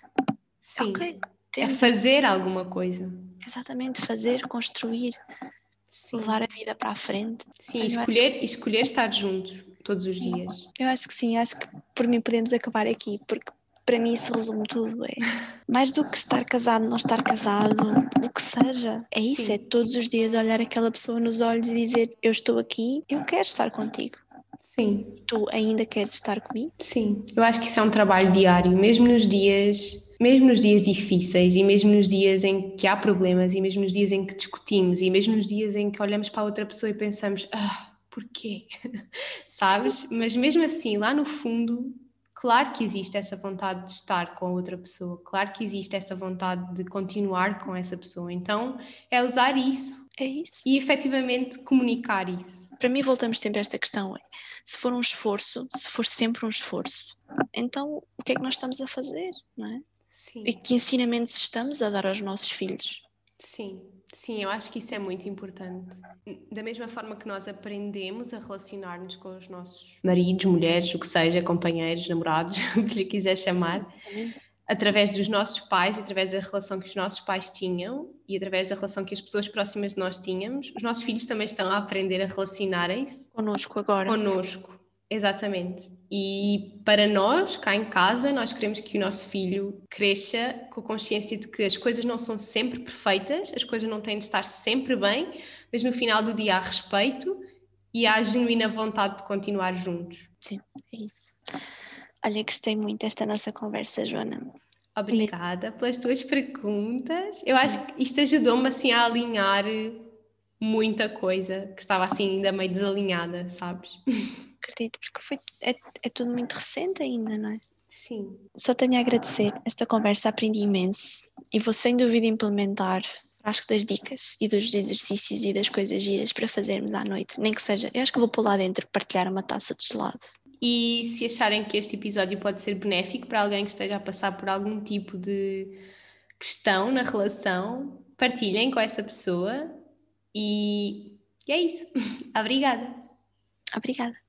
Sim, Ok, é temos fazer alguma coisa. Exatamente, fazer, construir, Sim. levar a vida para a frente. Sim, Eu escolher, acho- escolher estar juntos todos os dias. Eu acho que sim, acho que por mim podemos acabar aqui, porque para mim isso resume tudo. É mais do que estar casado, não estar casado, o que seja. É isso, Sim. é todos os dias olhar aquela pessoa nos olhos e dizer eu estou aqui, eu quero estar contigo. Sim. Tu ainda queres estar comigo? Sim, eu acho que isso é um trabalho diário, mesmo nos dias, mesmo nos dias difíceis e mesmo nos dias em que há problemas e mesmo nos dias em que discutimos e mesmo nos dias em que olhamos para a outra pessoa e pensamos, ah, porquê? Sabes? Mas mesmo assim, lá no fundo, claro que existe essa vontade de estar com a outra pessoa, claro que existe essa vontade de continuar com essa pessoa, então é usar isso É isso. e efetivamente comunicar isso. Para mim voltamos sempre a esta questão, é, se for um esforço, se for sempre um esforço, então o que é que nós estamos a fazer, não é? Sim. E que ensinamentos estamos a dar aos nossos filhos? Sim, sim, eu acho que isso é muito importante. Da mesma forma que nós aprendemos a relacionar-nos com os nossos maridos, mulheres, o que seja, companheiros, namorados, o que lhe quiser chamar, Exatamente. através dos nossos pais, através da relação que os nossos pais tinham e através da relação que as pessoas próximas de nós tínhamos, os nossos filhos também estão a aprender a relacionarem-se Connosco agora. connosco. Exatamente. E para nós, cá em casa, nós queremos que o nosso filho cresça com a consciência de que as coisas não são sempre perfeitas, as coisas não têm de estar sempre bem, mas no final do dia há respeito e há genuína vontade de continuar juntos. Sim, é isso. Olha, gostei muito desta nossa conversa, Joana. Obrigada pelas tuas perguntas. Eu acho que isto ajudou-me assim a alinhar muita coisa que estava assim ainda meio desalinhada, sabes? Acredito, porque foi, é, é tudo muito recente ainda, não é? Sim. Só tenho a agradecer esta conversa, aprendi imenso e vou sem dúvida implementar acho que das dicas e dos exercícios e das coisas giras para fazermos à noite, nem que seja, eu acho que vou pôr lá dentro partilhar uma taça de gelado. E se acharem que este episódio pode ser benéfico para alguém que esteja a passar por algum tipo de questão na relação, partilhem com essa pessoa e, e é isso. Obrigada. Obrigada.